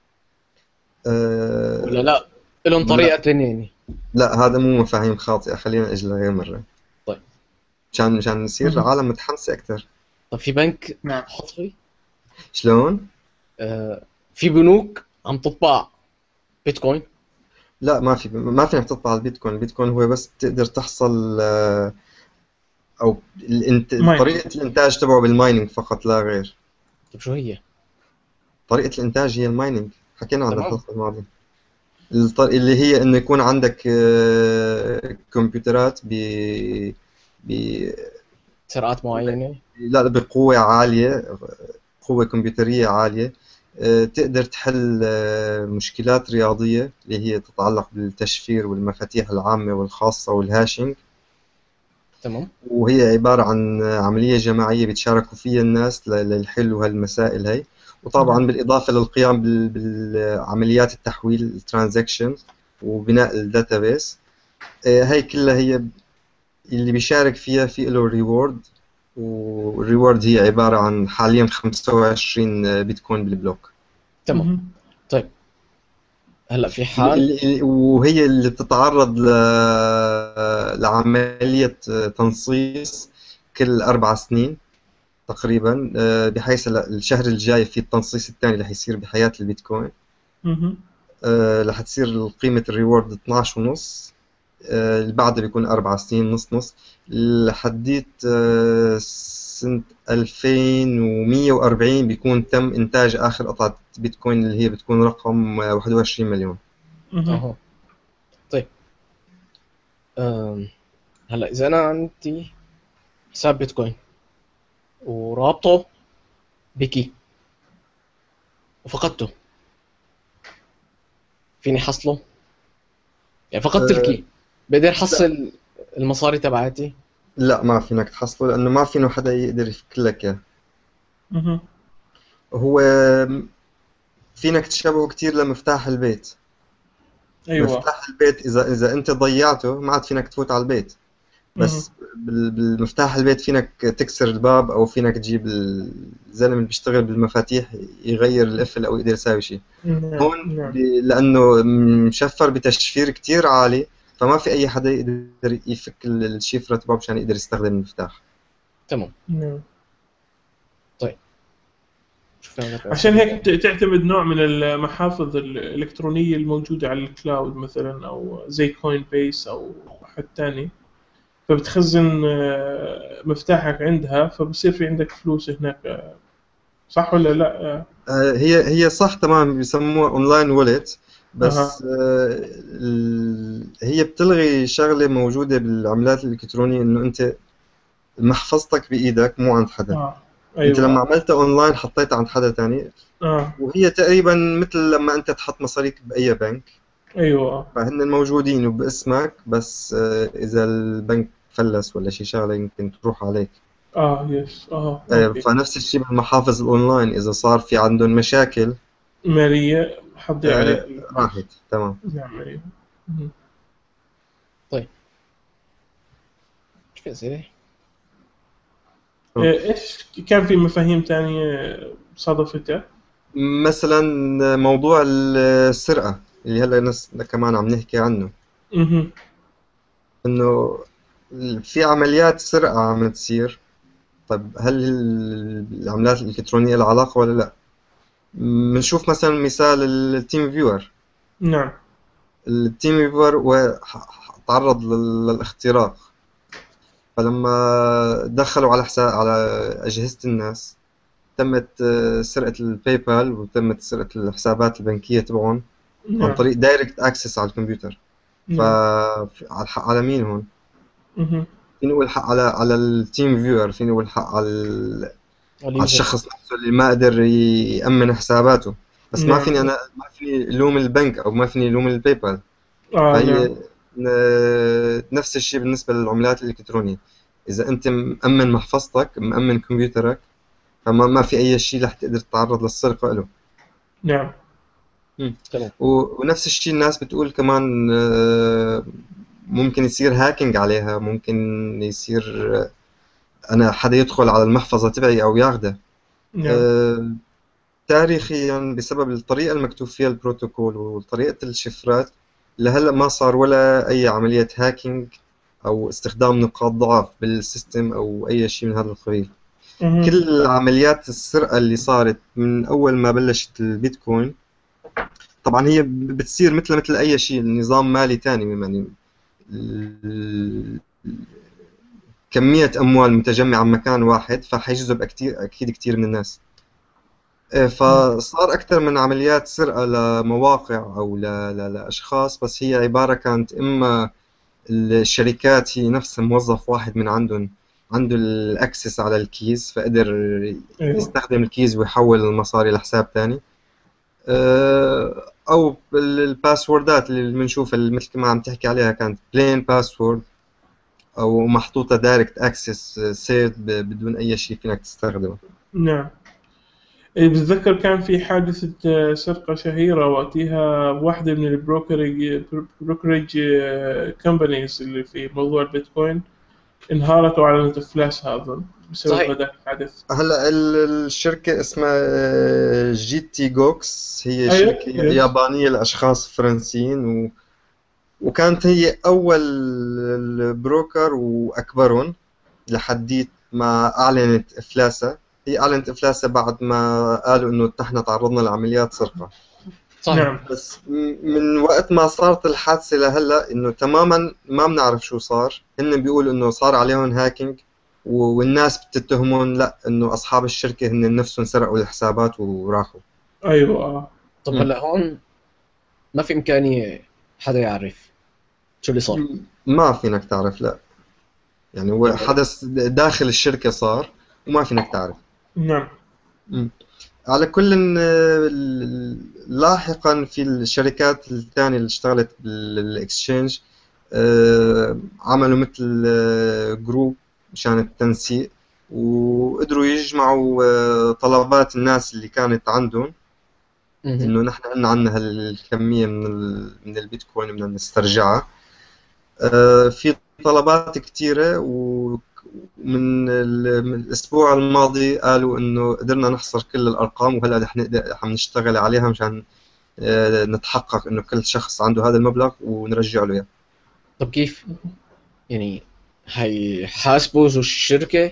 ولا أه لا لهم لا، طريقة تانية يعني؟ لا، هذا مو مفاهيم خاطئة، خلينا نأجلها غير مرة طيب. مشان مشان نصير مهم. عالم متحمسة أكثر. طب في بنك نعم حصري؟ شلون؟ آه في بنوك عم تطبع بيتكوين؟ لا، ما في ما فينك تطبع البيتكوين. البيتكوين هو بس تقدر تحصل آه، أو الانت... مايننج. طريقة الإنتاج تبعه بالمايننج فقط لا غير. طب شو هي؟ طريقة الإنتاج هي المايننج، حكينا عنها تمام. الحلقة الماضية. الط- اللي هي إنه يكون عندك آه، كمبيوترات ب ب سرعات معينة. لا، بقوة عالية، قوة كمبيوترية عالية، آه، تقدر تحل آه، مشكلات رياضية اللي هي تتعلق بالتشفير والمفاتيح العامة والخاصة والهاشing. تمام. وهي عبارة عن عملية جماعية بيتشاركوا فيها الناس ل- للحل هالمسائل هي. وطبعا نعم بالإضافة للقيام بال- بالعمليات التحويل الترانزاكشن وبناء الداتابيس. آه، هاي كلها هي اللي بيشارك فيها في له ريورد. والريورد هي عبارة عن حاليا خمسة وعشرين بيتكوين بالبلوك. تمام. مهم. طيب، هلا في ال- حال. ال- ال- وهي اللي بتتعرض ل- لعملية تنصيص كل أربع سنين تقريبا، آه، بحيث هلا الشهر الجاي في التنصيص الثاني اللي حيصير بحياة البيتكوين. مهم. آه، رح تصير قيمة الريورد اثناشر ونص. آه، اللي بعده بيكون أربع سنين نص نص لحديت آه، سنة ألفين ومية وأربعين بيكون تم إنتاج آخر قطعة بيتكوين اللي هي بتكون رقم آه، واحد وعشرين مليون. مهم. اهو. طيب، أم. هلا اذا انا عندي حساب بيتكوين ورابطه بكي وفقدته، فيني حصله؟ يعني فقدت آه، الكي، بقدر لا، احصل المصاري تبعتي؟ لا، ما فينك تحصله لأنه ما فينه حدا يقدر يفك لك إياه. مهم. هو فينك تشبهه كتير لمفتاح البيت. ايوه. مفتاح البيت إذا إذا أنت ضيعته ما عاد فينك تفوت على البيت، مهم. بس بال- بالمفتاح البيت فينك تكسر الباب، أو فينك تجيب الزلمة اللي بيشتغل بالمفاتيح يغير القفل أو يقدر يساوي شيء. نعم هون نعم. ب- لأنه مشفر بتشفير كتير عالي، فما في أي حدا يقدر يفك الشفرة تبعه مشان يقدر يستخدم المفتاح. تمام. نعم. طيب شو في عندك عشان أسئلة هيك ت- تعتمد نوع من المحافظ الإلكترونية الموجودة على الكلاود مثلا، أو زي كوين بيس أو واحد تاني، فبتخزن آه، مفتاحك عندها، فبصير في عندك فلوس هناك. آه، صح ولا لا؟ آه، آه، هي هي صح تمام، بيسموها اونلاين وولت، أها. بس آه، ال- هي بتلغي شغله موجوده بالعملات الالكترونيه، انه انت محفظتك بايدك مو عند حدا. آه. انت لما أيوة. عملتها اونلاين حطيتها عند حدا تاني، آه. وهي تقريبا مثل لما انت تحط مصاريك باي بنك، أيوة. فهن موجودين وباسمك، بس آه، اذا البنك فلس ولا شي شغله يمكن تروح عليك. آه يس. آه آه، أوكي. فنفس الشيء بالمحافظ الاونلاين، اذا صار في عندهم مشاكل مالية حتضيع عليك آه، الفلوس. راحت تمام. نعم. أيوة. مهم. طيب شو في أسئلة؟ آه، إيش كان في مفاهيم تانية صادفتها؟ مثلا موضوع السرقة اللي هلا ناس كمان عم نحكي عنه، مهم. انه في عمليات سرقة عم تصير. طيب هل العملات الإلكترونية لها علاقة ولا لا؟ بنشوف مثلا مثال التيم فيور. نعم. التيم فيور هو ح- ح- تعرض لل- للاختراق، فلما دخلوا على حساب على أجهزة الناس تمت آه، سرقة الباي بال، وتمت سرقة الحسابات البنكية تبعهم عن نعم. طريق دايركت اكسس على الكمبيوتر. ف نعم. على الحق على مين هون؟ مهم. فيني اقول حق على على التيم فيور، فيني اقول حق على ال... على اليوزر. الشخص نفسه اللي ما قدر يأمن حساباته. بس ما نعم. فيني انا ما فيني لوم البنك او ما فيني لوم الباي بال. آه فهي نعم. ن- نفس الشيء بالنسبة للعملات الإلكترونية. إذا أنت مأمن محفظتك مأمن كمبيوترك، فما ما في أي شيء رح تقدر تتعرض للسرقة له. نعم. امم تمام. و- ونفس الشيء الناس بتقول كمان آه، ممكن يصير هاكينج عليها، ممكن يصير آه، أنا حدا يدخل على المحفظة تبعي أو ياخدها. نعم. آه، تاريخيا بسبب الطريقة المكتوب فيها البروتوكول وطريقة الشفرات، لهلا ما صار ولا أي عملية هاكينج أو استخدام نقاط ضعف بالسيستم أو أي شيء من هذا القبيل. مهم. كل عمليات السرقة اللي صارت من أول ما بلشت البيتكوين، طبعا هي بتصير مثل مثل أي شيء نظام مالي تاني، يعني ال- كمية أموال متجمعة بمكان واحد فحيجذب كتير أكيد كتير من الناس. إيه، فصار أكثر من عمليات سرقة لمواقع أو ل- ل- لأشخاص، بس هي عبارة كانت إما الشركات هي نفسها موظف واحد من عندهم عنده الأكسس على الكيز، فقدر أيوة. يستخدم الكيز ويحول المصاري لحساب تاني. آه، او الباسوردات اللي بنشوفها اللي مثل ما عم تحكي عليها كانت بلين باسورد، او محطوطه دايركت اكسس سيف بدون اي شيء فينك تستخدمه. نعم. إيه، بتذكر كان في حادثة آه، سرقة شهيرة وقتها واحدة من البروكرج بروكرج كومبانيز اللي في موضوع البيتكوين انهارت وأعلنت إفلاسها أظن بسبب صحيح. هذا الحدث. هلا ال- الشركه اسمها جي تي جوكس، هي أيوة. شركه يس. يابانيه لاشخاص فرنسيين، و... وكانت هي اول البروكر واكبرهم لحديت ما اعلنت افلاسها. هي اعلنت افلاسها بعد ما قالوا انه نحن تعرضنا لعمليات سرقه. صحيح. نعم. بس م- من وقت ما صارت الحادثة لهلا انه تماما ما بنعرف شو صار. هن بيقولوا انه صار عليهم هاكينج، و- والناس بتتهمون لا انه اصحاب الشركة هن نفسهم سرقوا الحسابات وراحوا. أيوة. آه. طب م. هلا هون ما في إمكانية حدا يعرف شو اللي صار. م- ما فينك تعرف، لا. يعني هو يعني حدث داخل الشركة صار وما فينك تعرف. نعم. م. على كل آه، ال- لاحقا في الشركات الثانية اللي اشتغلت بالاكسشينج عملوا مثل آه، جروب مشان التنسيق. وقدروا يجمعوا آه، طلبات الناس اللي كانت عندهم، مهم. انه نحن عندنا عندنا هالكميه من ال- من البيتكوين بدنا نسترجعها. آه، في طلبات كثيره، ومن ال- من الاسبوع الماضي قالوا انه قدرنا نحصر كل الارقام، وهلا رح نقدر عم نشتغل عليها مشان آه، نتحقق انه كل شخص عنده هذا المبلغ ونرجع له اياه. طب كيف يعني هيحاسبوا ذو الشركة؟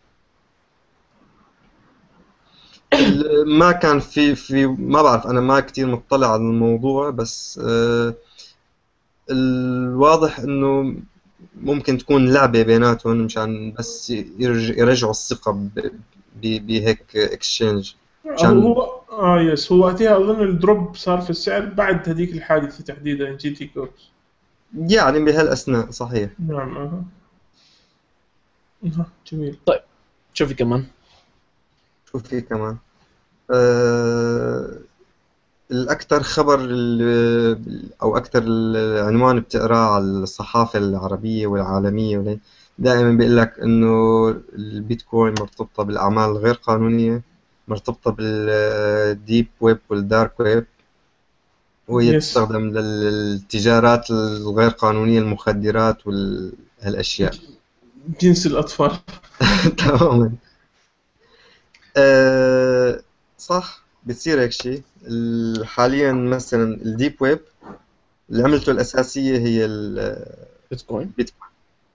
ال- ما كان في في ما بعرف، انا ما كتير مطلع على الموضوع، بس آه، الواضح انه ممكن تكون لعبة بيناتهم مشان بس يرج- يرجعوا الثقة ب- ب- بهيك اكسشينج، هو مشان هو اه يس، هو وقتها اظن الدروب صار في السعر بعد هذيك الحادثه تحديدا جي تي كوكس. يعني بهالأثناء صحيح. نعم اها. أها، جميل. طيب شو في كمان؟ شو في كمان؟ أه الأكثر خبر ال- أو أكثر العنوان بتقراه على الصحافة العربية والعالمية ولا- دائما بيقول لك إنه البيتكوين مرتبطة بالأعمال الغير قانونية، مرتبطة بالديب ويب والدارك ويب، وهي يس. تستخدم للتجارات الغير قانونية، المخدرات وهالأشياء. جنس الاطفال. تماما. أه صح، بتصير هيك شيء. ال- حاليا مثلا الديب ويب اللي عملته الأساسية هي بيتكوين. البيتكوين.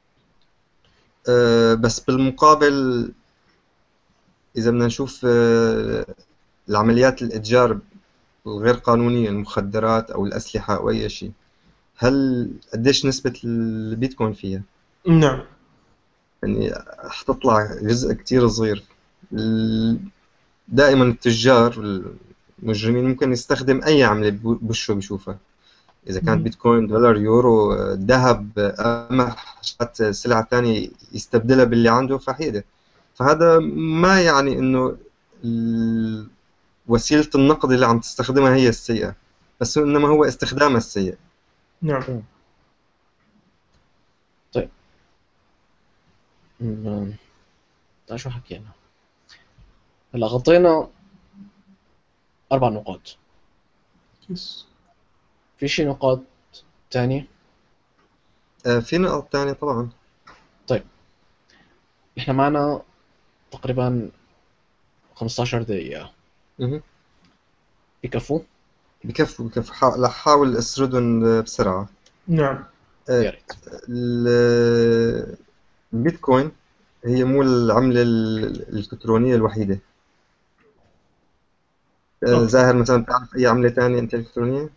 أه بس بالمقابل إذا بدنا نشوف أه العمليات الإتجار الغير قانونية، المخدرات أو الأسلحة أو أي شيء، هل قديش نسبة البيتكوين فيها؟ نعم. يعني حتطلع جزء كتير صغير. ال- دائما التجار المجرمين ممكن يستخدم أي عملة بوشه بيشوفها، إذا كانت مهم. بيتكوين، دولار، يورو، ذهب، قمح، شات سلعة تانية، يستبدلها باللي عنده فحيدة. فهذا ما يعني إنه ال- وسيلة النقد اللي عم تستخدمها هي السيئة، بس إنما هو استخدامها السيء. نعم. طيب م- تعال شو حكينا هلا؟ غطينا أربع نقاط. يس. في شي نقاط تانية؟ آه، في نقط تانية طبعا. طيب إحنا معنا تقريبا خمستاشر دقيقة، مهم. بكفوا؟ بكفوا بكفوا. حا- رح أحاول أسردهم بسرعة. نعم. آه، يا ريت. ال- البيتكوين هي مو العملة ال- الإلكترونية الوحيدة. آه، أوكي. زاهر مثلا بتعرف أي عملة تانية أنت إلكترونية؟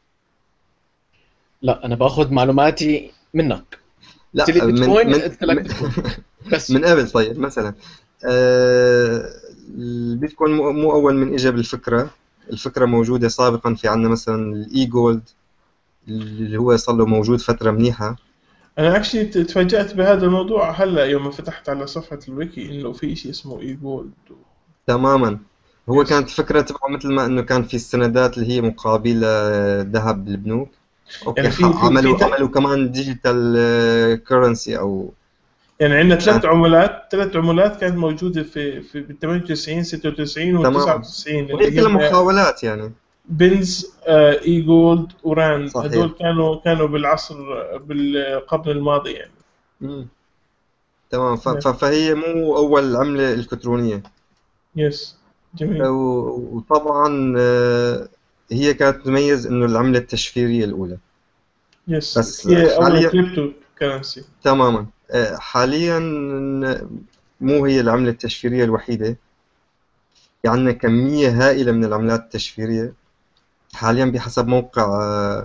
لا أنا باخذ معلوماتي منك. قلت لي لا، من بيتكوين، من قلت لك بيتكوين بس. من قبل. طيب مثلا آه، البيتكوين مو مو أول من إجا بالفكرة. الفكرة موجودة سابقا، في عندنا مثلا الإي جولد اللي هو صار له موجود فترة منيحة. انا اكشلي تفاجأت بهذا الموضوع هلا يوم ما فتحت على صفحة الويكي انه في شيء اسمه اي جولد. تماما. هو يس. كانت الفكرة تبعه مثل ما انه كان في السندات اللي هي مقابل ذهب بالبنوك. اوكي، يعني ح- في في في عملوا ت- عملوا كمان ديجيتال كرنسي او يعني عندنا ثلاث مشان. عملات ثلاث عملات كانت موجودة في في بال ثمانية وتسعين ستة وتسعين و تماما. تسعة وتسعين وهي اللي كلها هم محاولات يعني. بنز، آه، اي جولد، وراند. صحيح. هدول كانوا كانوا بالعصر بالقرن الماضي يعني. مم. تمام. ف- نعم. ف- فهي مو اول عملة الكترونية. يس. جميل. و- وطبعا آه، هي كانت تميز انه العملة التشفيرية الاولى. يس بس هي اول حاليا كريبتو كرنسي. تماما. آه، حاليا مو هي العملة التشفيرية الوحيدة. في عندنا كمية هائلة من العملات التشفيرية حاليا بحسب موقع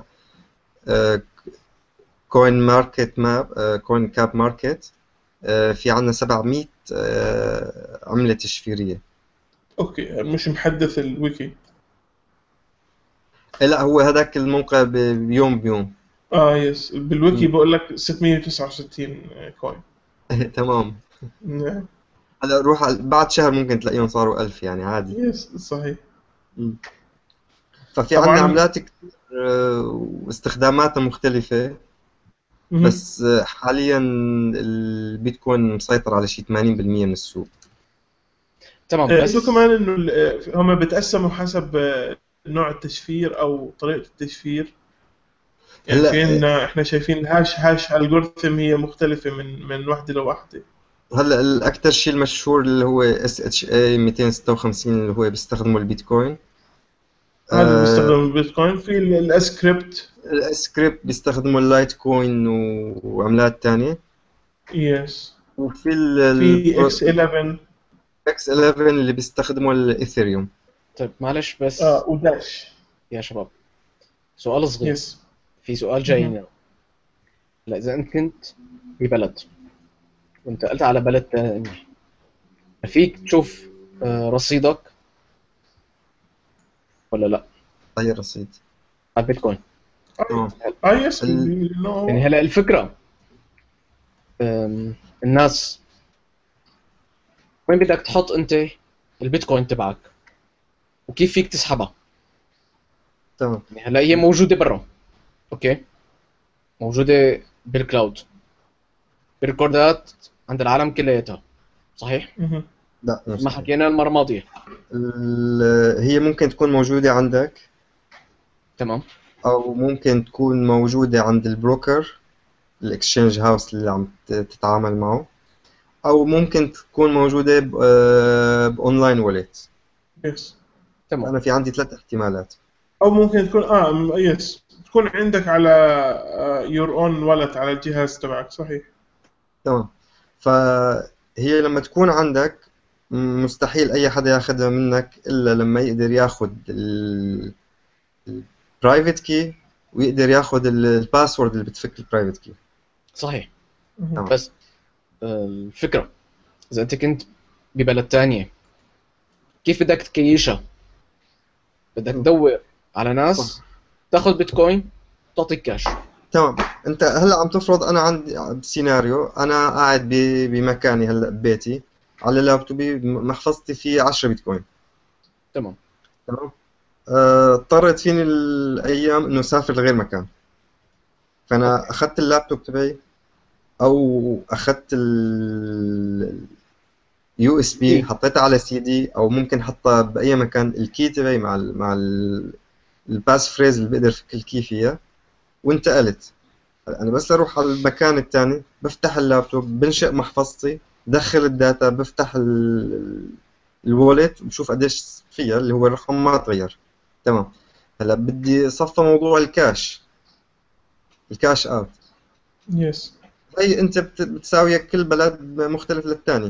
كوين ماركت ماب، كوين كاب ماركت. في عندنا سبعمية آه، عملة تشفيرية. اوكي، مش محدث الويكي. آه، لا، هو هذاك الموقع ب- بيوم بيوم. اه يس، بالويكي مم. بقول لك ستمية وتسعة وستين كوين. تمام. نعم. هلا روح على- بعد شهر ممكن تلاقيهم صاروا ألف يعني عادي. يس صحيح. مم. ففي عندنا طبعا. عملات كتير آه، واستخداماتها مختلفة. مهم. بس آه، حاليا البيتكوين مسيطر على شي ثمانين بالمية من السوق. تمام. آه، قلت له بس كمان انه ال- آه، هم بيتقسموا حسب آه، نوع التشفير او طريقه التشفير. يعني في هلا عندنا احنا شايفين الهاش هاش الجوريثم هي مختلفه من من وحده لوحده. هلا الاكثر شيء المشهور اللي هو اس اتش اي مئتين وستة وخمسين اللي هو بيستخدموا البيتكوين. هذا اللي بيستخدم آه البيتكوين. في الاسكريبت. السكريبت بيستخدموا اللايت كوين و- وعملات تانية. يس. وفي في اكس إحدى عشر. اكس إحدى عشر اللي بيستخدموا الايثيريوم. طيب معلش بس اه وداش. يا شباب، سؤال صغير. يس. في سؤال مهم. جاينا. لا، إذا أنت كنت ببلد وانتقلت على بلد تاني، فيك تشوف آه، رصيدك ولا لا هي رصيد. على البيتكوين؟ تمام. اه يس ال- يعني انه هلا الفكرة، آم، الناس وين بدك تحط انت البيتكوين تبعك وكيف فيك تسحبها؟ تمام. يعني هلا هي موجودة برا، اوكي، موجودة بالكلاود، بالريكوردات عند العالم كلياتها، صحيح؟ مهم. لا مش ما صحيح. حكينا المرة الماضية. ال- هي ممكن تكون موجودة عندك، تمام. أو ممكن تكون موجودة عند البروكر، الاكسشينج هاوس اللي عم ت- تتعامل معه، أو ممكن تكون موجودة ب- آه، بأونلاين واليت. يس. تمام. أنا في عندي ثلاث احتمالات. او ممكن تكون اه م- يس تكون عندك على يور اون والت على الجهاز تبعك. صحيح. تمام. فهي لما تكون عندك مستحيل أي حدا ياخدها منك إلا لما يقدر ياخد البرايفت كي ويقدر ياخد الباسورد اللي بتفك البرايفت كي. صحيح. مهم. تمام. بس آه، الفكرة، إذا أنت كنت ببلد تانية كيف بدك تكيشها؟ بدك تدور على ناس صح. تاخذ بيتكوين تعطيك كاش. تمام. انت هلا عم تفرض انا عندي سيناريو، انا قاعد ب- بمكاني هلا ببيتي، على لابتوبي محفظتي فيه عشرة بيتكوين. تمام. تمام. آه، اضطريت فيني الايام انه اسافر لغير مكان، فانا اوكي. اخذت اللابتوب تبعي او اخذت اليو اس بي إيه. حطيتها على سي دي، او ممكن حطها باي مكان الكي تبعي مع ال مع الباس فريز اللي بقدر فك الكي فيها، وانتقلت. انا بس اروح على المكان الثاني، بفتح اللابتوب، بنشئ محفظتي، بدخل الداتا، بفتح الوالت، بشوف قديش فيها اللي هو الرقم ما تغير. تمام. هلا بدي صفى موضوع الكاش، الكاش اوت. يس. هي انت بت- بتساويك كل بلد مختلف للتاني،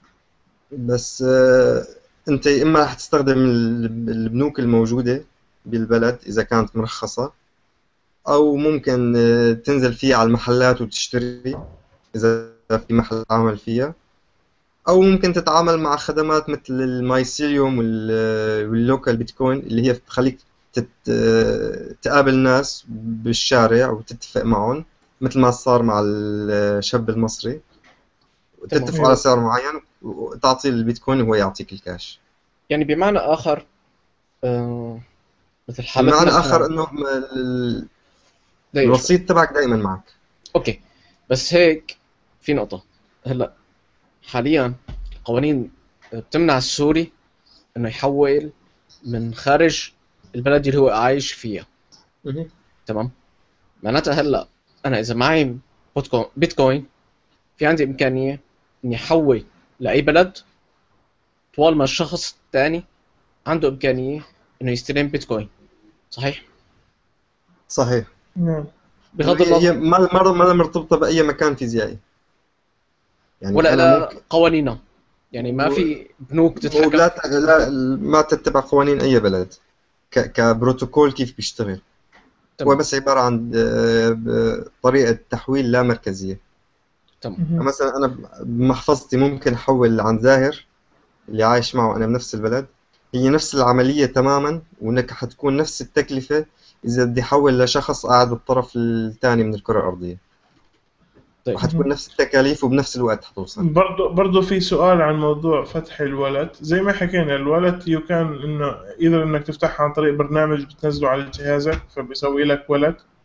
بس آه، انت يا اما رح تستخدم ال- البنوك الموجودة بالبلد اذا كانت مرخصة، او ممكن آه، تنزل فيها على المحلات وتشتري اذا في محل عمل فيها، او ممكن تتعامل مع خدمات مثل المايسيليوم وال- واللوكال بيتكوين اللي هي بتخليك تت... تقابل ناس بالشارع وتتفق معهم، مثل ما صار مع الشاب المصري، تمام. وتتفقوا على سعر معين وتعطيه البيتكوين وهو يعطيك الكاش. يعني بمعنى آخر، آه، مثل حالتنا بمعنى إحنا. اخر انه ال- دقيقة شوي. الرصيد تبعك دائما معك. أوكي. بس هيك في نقطة. هلا حاليا القوانين بتمنع السوري إنه يحول من خارج البلد اللي هو عايش فيها. مهم. تمام. معناتها هلا أنا إذا معي بوتكو- بيتكوين، في عندي إمكانية إني أحول لأي بلد طوال ما الشخص الثاني عنده إمكانية إنه يستلم بيتكوين، صحيح؟ صحيح. نعم. بغض هي هي النظر ما ما ما مرتبطة بأي مكان فيزيائي، يعني ولا أنا إلى ممكن قوانينها، يعني ما و- في بنوك تتحكم. ولا ت- لا ما تتبع قوانين أي بلد، ك كبروتوكول كيف بيشتغل. هو تمام. بس عبارة عن آه، ب- طريقة تحويل لا مركزية. تمام. مهم. مثلا أنا بمحفظتي ممكن أحول عن زاهر اللي عايش معه أنا بنفس البلد، هي نفس العملية تماما، وإنك حتكون نفس التكلفة إذا بدي أحول لشخص قاعد بالطرف الثاني من الكرة الأرضية، طيب. وحتكون مهم. نفس التكاليف وبنفس الوقت حتوصل. برضو برضو في سؤال عن موضوع فتح الولد. زي ما حكينا الولد يو كان انه اذا انك تفتحها عن طريق برنامج بتنزله على جهازك فبيسوي لك ولد،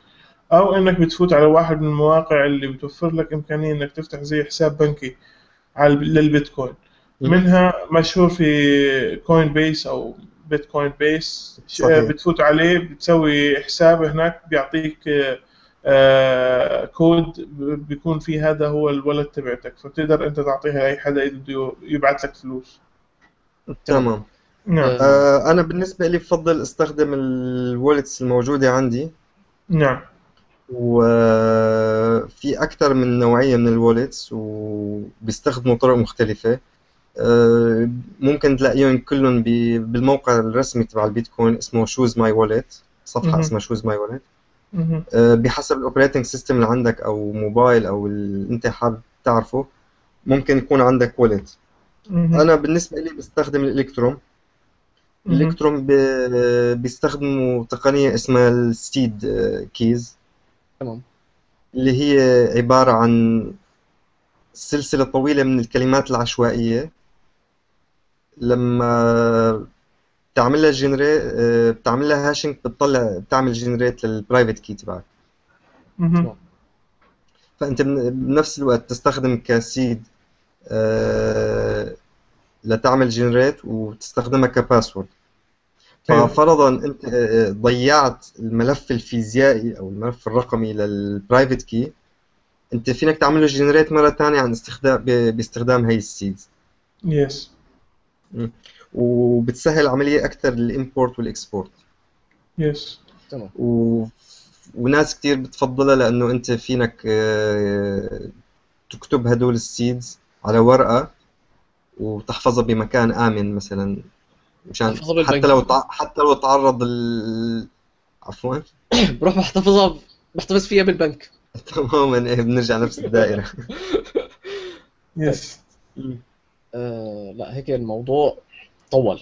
او انك بتفوت على واحد من المواقع اللي بتوفر لك امكانيه انك تفتح زي حساب بنكي على للبيتكوين. مهم. منها مشهور في كوين بيس او بيتكوين بيس، ش- صحيح. بتفوت عليه بتسوي حساب هناك، بيعطيك آه، آه، كود ب- بيكون فيه هذا هو الولد تبعتك، فبتقدر انت تعطيها لاي حدا بده يبعث لك فلوس. تمام. تمام. نعم. آه آه، أنا بالنسبة لي بفضل استخدم الوالتس الموجودة عندي، نعم. وفي أكثر من نوعية من الوالتس وبيستخدموا طرق مختلفة. آه، ممكن تلاقيهم كلهم ب- بالموقع الرسمي تبع البيتكوين اسمه شوز ماي والت، صفحة مهم. اسمها شوز ماي والت. مهم. بحسب الاوبريتنج سيستم اللي عندك او موبايل او اللي انت حابب تعرفه ممكن يكون عندك والت. مهم. انا بالنسبة لي بستخدم الالكتروم. مهم. الالكتروم ب- بيستخدموا تقنية اسمها السيد كيز، تمام. اللي هي عبارة عن سلسلة طويلة من الكلمات العشوائية. لما بتعمل لها جنريت بتعمل لها هاشنج، بتطلع بتعمل جنريت للبرايفت كي تبعك. مهم. تمام. فانت بن- بنفس الوقت تستخدم كسيد آه، لتعمل جنريت وتستخدمها كباسورد. حلو. ففرضا انت آه، ضيعت الملف الفيزيائي او الملف الرقمي للبرايفت كي، انت فينك تعمل له جنريت مره ثانيه عن استخدام ب- باستخدام هي السيدز. يس. وبتسهل عمليه اكثر الامبورت والاكسبورت. يس. تمام. و... وناس كتير بتفضلها لانه انت فينك آه، تكتب هدول السيدز على ورقه وتحفظها بمكان امن مثلا، مشان احفظها حتى بالبنك. لو تع... حتى لو تعرض ال... عفوا. بروح بحتفظها، بحتفظ فيها بالبنك. تماما، إيه، بنرجع نفس الدائرة. طيب. يس. مم. آه لا، هيك الموضوع طول.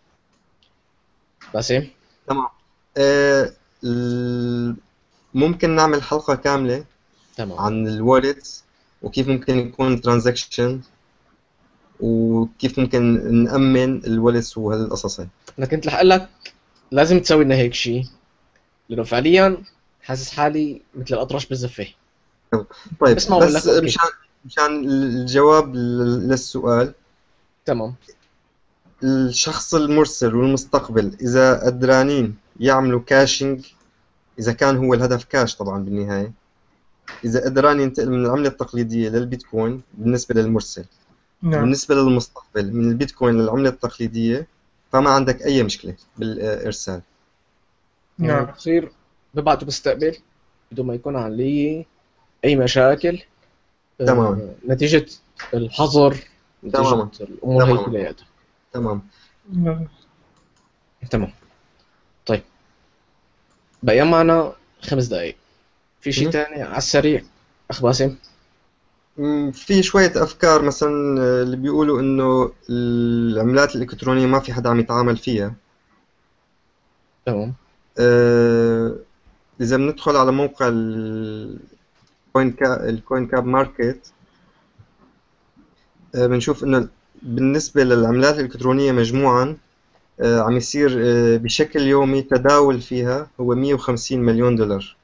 باسم. تمام. آه، ال- ممكن نعمل حلقة كاملة تمام. عن الوالتس وكيف ممكن يكون ترانزاكشن وكيف ممكن نأمن الوالتس وهالقصص هاي. انا كنت رح اقول لك لازم تسوي لنا هيك شيء، لانه فعليا حاسس حالي مثل الاطرش بالزفه. عم طيب، بسمع وبقول بس لك اوكي. مشان مشان الجواب لل- للسؤال، تمام. الشخص المرسل والمستقبل إذا قدرانين يعملوا كاشنج، إذا كان هو الهدف كاش طبعا بالنهاية، إذا قدران ينتقل من العملة التقليدية للبيتكوين بالنسبة للمرسل، نعم. وبالنسبة للمستقبل من البيتكوين للعملة التقليدية، فما عندك أي مشكلة بالإرسال. يعني نعم. بصير ببعته بستقبل بدون ما يكون علي اي مشاكل، تماما. آه نتيجه الحظر، نتيجه تماما. الامور هي تماما. كلياتها. تمام. نعم. تمام. طيب، بقى معنا خمس دقائق. في شيء مهم. تاني على السريع اخ باسم؟ مم، في شوية أفكار مثلا آه، اللي بيقولوا إنه العملات الإلكترونية ما في حدا عم يتعامل فيها. تمام. آه، إذا بندخل على موقع الكوين كاب الكوين كاب ماركت، آه، بنشوف إنه بالنسبة للعملات الإلكترونية مجموعا آه، عم يصير آه، بشكل يومي تداول فيها هو مية وخمسين مليون دولار،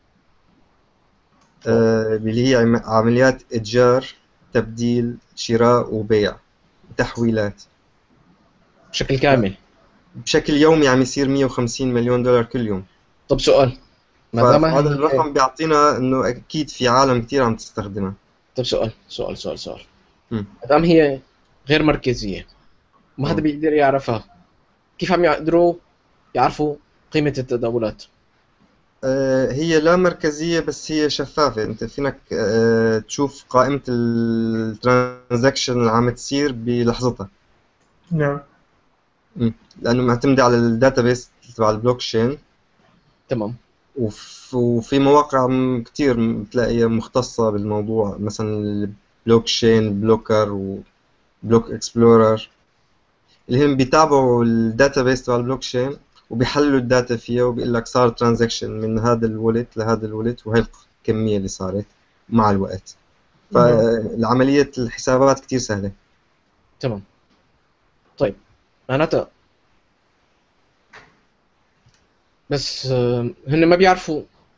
واو. آه، اللي هي عم- عمليات إتجار، تبديل، شراء وبيع، تحويلات. بشكل كامل. بشكل يومي عم يصير مية وخمسين مليون دولار كل يوم. طب سؤال، ما ف- دام فهذا هي الرقم بيعطينا إنه أكيد في عالم كتير عم تستخدمها. طب سؤال سؤال سؤال سؤال مم. ما دام هي غير مركزيه وما حدا تمام. بيقدر يعرفها، كيف عم يقدروا يعرفوا قيمه التداولات؟ آه، هي لا مركزية بس هي شفافة. أنت فينك آه، تشوف قائمة الترانزاكشن اللي عم تصير بلحظتها. نعم. مم. لأنه معتمدة على الداتابيس تبع البلوك تشين. تمام. وف- وفي مواقع م- كتير م- بتلاقيها مختصة بالموضوع، مثلا البلوك تشين بلوكر وبلوك اكسبلورر، اللي هم بيتابعوا الداتابيس تبع البلوك تشين وبيحللوا الداتا فيها وبيقول لك صار ترانزاكشن من هذا الولت لهذا الولت وهي الكمية اللي صارت مع الوقت. نعم. فالعملية الحسابات كتير سهلة. تمام. طيب، معناتها بس آه، هن ما بيعرفوا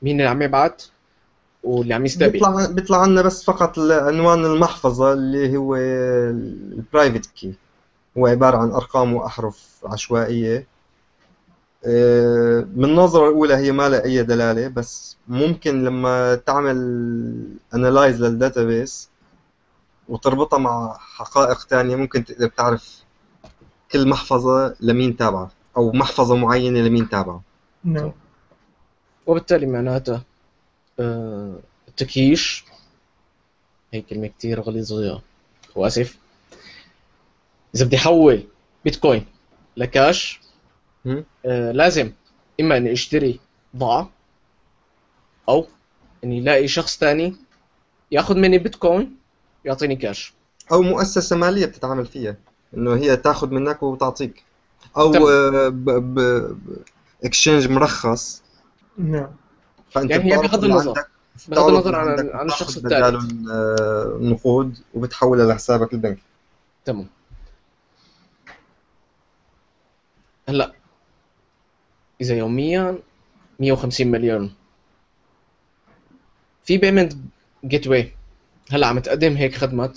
مين اللي عم يبعت واللي عم يستقبل. بيطلع بيطلع عنا بس فقط عنوان المحفظة اللي هو البرايفت كي، هو عبارة عن أرقام وأحرف عشوائية. آه، من النظرة الأولى هي ما لها أي دلالة، بس ممكن لما تعمل انالايز للداتابيس وتربطها مع حقائق تانية ممكن تقدر تعرف كل محفظة لمين تابعة أو محفظة معينة لمين تابعة. نعم. وبالتالي معناتها آه، التكييش، هي كلمة كتير غليظة واسف، إذا بدي أحول بيتكوين لكاش هم؟ آه، لازم إما إني أشتري بضاعة أو إني ألاقي شخص تاني ياخذ مني بيتكوين يعطيني كاش. أو مؤسسة مالية بتتعامل فيها، إنه هي تاخذ منك وتعطيك، أو تمام. آه، ب... ب... ب... اكشينج مرخص. نعم. فأنت يعني هي بتعرض بغض اللي النظر عندك بغض بتعرض اللي النظر عن عندك عن الشخص وبتاخذ الثالث. بدالهم آه، نقود وبتحولها لحسابك البنكي. تمام. هلا إذا يوميا مية وخمسين مليون في بيمنت جيت واي هلا عم تقدم هيك خدمات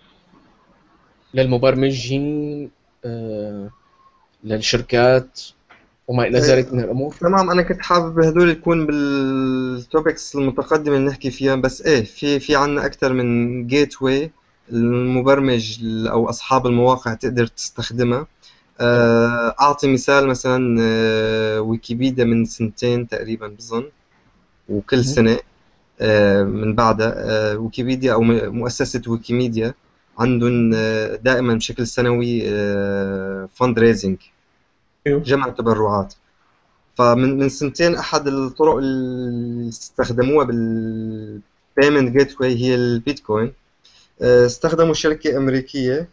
للمبرمجين آه، للشركات وما إلى آه، ذلك من الأمور. تمام. انا كنت حابب هدول يكون بالتوبكس المتقدمه اللي نحكي فيها، بس ايه في في عنا اكثر من جيت واي المبرمج او اصحاب المواقع تقدر تستخدمها. تمام. آه، اعطي مثال مثلا آه، ويكيبيديا من سنتين تقريبا بظن، وكل مهم. سنه آه، من بعدها آه، ويكيبيديا او م- مؤسسه ويكيميديا عندهم آه، دائما بشكل سنوي فند ريزنج، أيوه. جمع تبرعات. فمن من سنتين احد الطرق اللي استخدموها بالبيمنت جيت واي هي البيتكوين. آه، استخدموا شركة أمريكية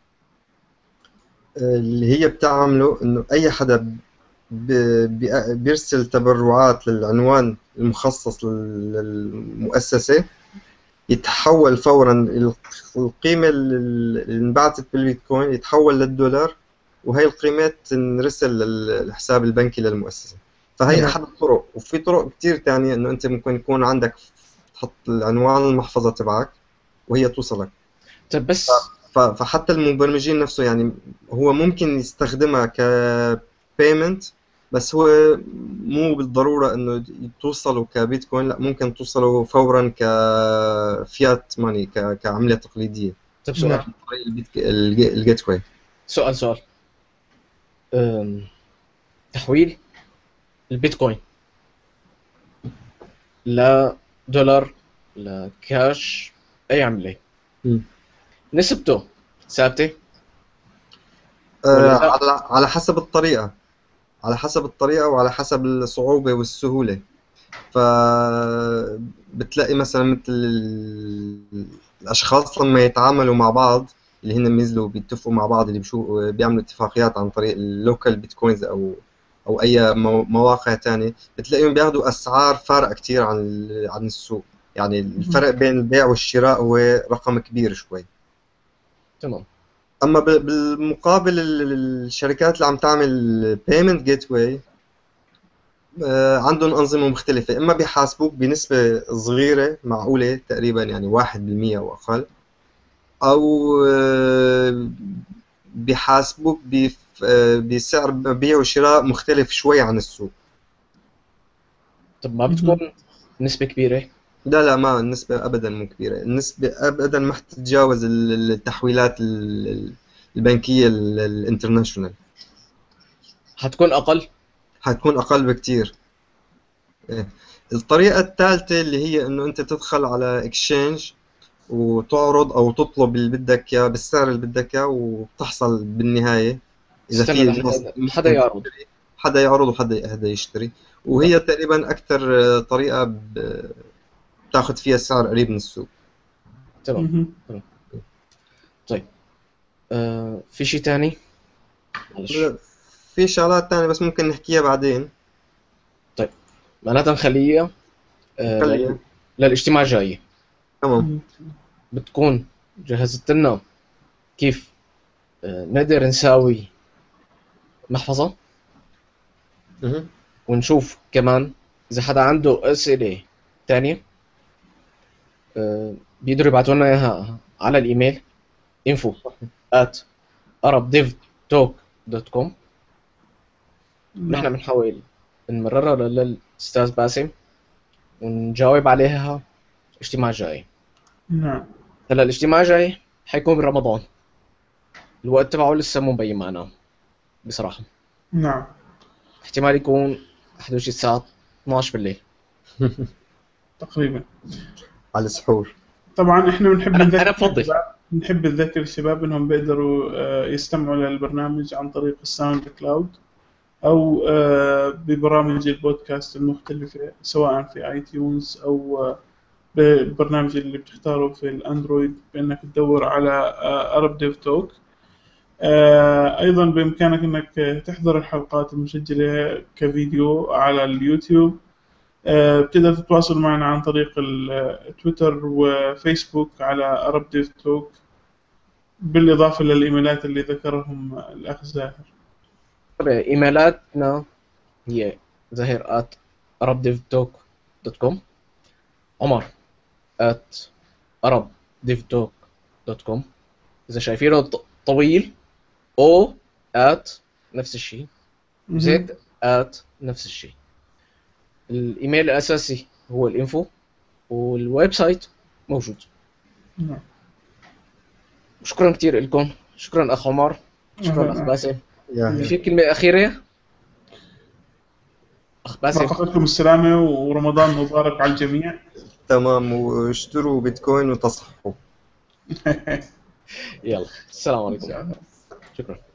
آه، اللي هي بتعمله إنه أي حدا ب- بي- بيرسل تبرعات للعنوان المخصص لل- للمؤسسة يتحول فورا ال- القيمة اللي انبعثت بالبيتكوين يتحول للدولار، وهي القيمات تنرسل للحساب البنكي للمؤسسة. فهي تمام. أحد الطرق، وفي طرق كتير تانية إنه أنت ممكن يكون عندك تحط العنوان المحفظة تبعك وهي توصلك. طيب بس ف- فحتى المبرمجين نفسه يعني هو ممكن يستخدمها ك payment، بس هو مو بالضرورة انه توصله كبيتكوين، لا ممكن توصله فورا كفيات ماني ك... كعملة تقليدية طيب نعم. سؤال عن طريق البيت... الج- الجيت واي. سؤال سؤال أم، تحويل البيتكوين لدولار لكاش أي عملة مم. نسبته ثابتة ولا آه لا؟ على على حسب الطريقة، على حسب الطريقة وعلى حسب الصعوبة والسهولة. فبتلاقي مثلا مثل ال- الأشخاص لما يتعاملوا مع بعض اللي هن بينزلوا بيتفقوا مع بعض، اللي بشو بيعملوا اتفاقيات عن طريق اللوكال بيتكوينز أو أو أي مو- مواقع تانية، بتلاقيهم بياخدوا أسعار فارقة كتير عن ال- عن السوق. يعني الفرق بين البيع والشراء هو رقم كبير شوي. تمام. أما ب- بالمقابل ال- الشركات اللي عم تعمل payment gateway آه، عندهم أنظمة مختلفة، إما بيحاسبوك بنسبة صغيرة معقولة تقريبا يعني واحد بالمية أو أقل، أو آه، بيحاسبوك بف- آه، بسعر بيع وشراء مختلف شوي عن السوق. طب ما مهم. بتكون نسبة كبيرة؟ لا لا، ما النسبة أبدا مو كبيرة، النسبة أبدا ما تتجاوز ال- التحويلات ال- البنكية ال- الانترناشونال، هتكون أقل؟ حتكون أقل بكتير. إيه. الطريقة الثالثة اللي هي إنه أنت تدخل على اكسشينج وتعرض او تطلب اللي بدك اياه بالسعر اللي بدك اياه، وبتحصل بالنهايه اذا استنى في ناس لحدا حدا ممكن يعرض. تشتري، حدا يعرض وحدا حدا يشتري. وهي تقريبا اكثر طريقه ب- بتاخذ فيها سعر قريب من السوق. تمام. مهم. تمام. طيب آه في شيء تاني؟ معلش. في شغلات تانية بس ممكن نحكيها بعدين. طيب معناتها نخليها آه لل... خليها. للاجتماع الجاي. تمام. مهم. بتكون جهزت لنا كيف آه نقدر نساوي محفظة، مهم. ونشوف كمان اذا حدا عنده اسئله تانية آه، بيقدروا يبعتوا لنا اياها على الايميل info at arabdevtalk دوت كوم. نحن نعم. بنحاول نمررها للاستاذ باسم ونجاوب عليها الاجتماع الجاي. نعم. هلا الاجتماع الجاي حيكون برمضان، الوقت تبعه لسه مو مبين معنا بصراحه. نعم. احتمال يكون حدوش الساعه اثناشر بالليل تقريبا. على السحور. طبعا احنا بنحب انا نذكر انا بفضل الشباب بنحب نذكر الشباب انهم بيقدروا آه، يستمعوا للبرنامج عن طريق الساوند كلاود او آه، ببرامج البودكاست المختلفة سواء في اي تيونز او آه، بالبرنامج اللي بتختاره في الاندرويد بانك تدور على ارب ديف توك. ايضا بامكانك انك تحضر الحلقات المسجلة كفيديو على اليوتيوب. آه، بتقدر تتواصل معنا عن طريق التويتر وفيسبوك على أرب ديف توك بالإضافة للإيميلات اللي ذكرهم الأخ زاهر. ايميلاتنا هي زهير at arabdevtalk دوت كوم، عمر at arabdevtalk دوت كوم. اذا شايفينه ط- طويل او at نفس الشيء، زد at نفس الشيء. الايميل الاساسي هو الانفو والويب سايت موجود. نعم. شكرا كثير لكم، شكرا اخ عمر، شكرا اخ أهلاً. باسم. يا في كلمه اخيره اخ باسم؟ مرافقتكم السلامة ورمضان مبارك على الجميع. تمام، واشتروا بيتكوين وتصحوا. يلا السلام إن عليكم، شاء الله. شكرا.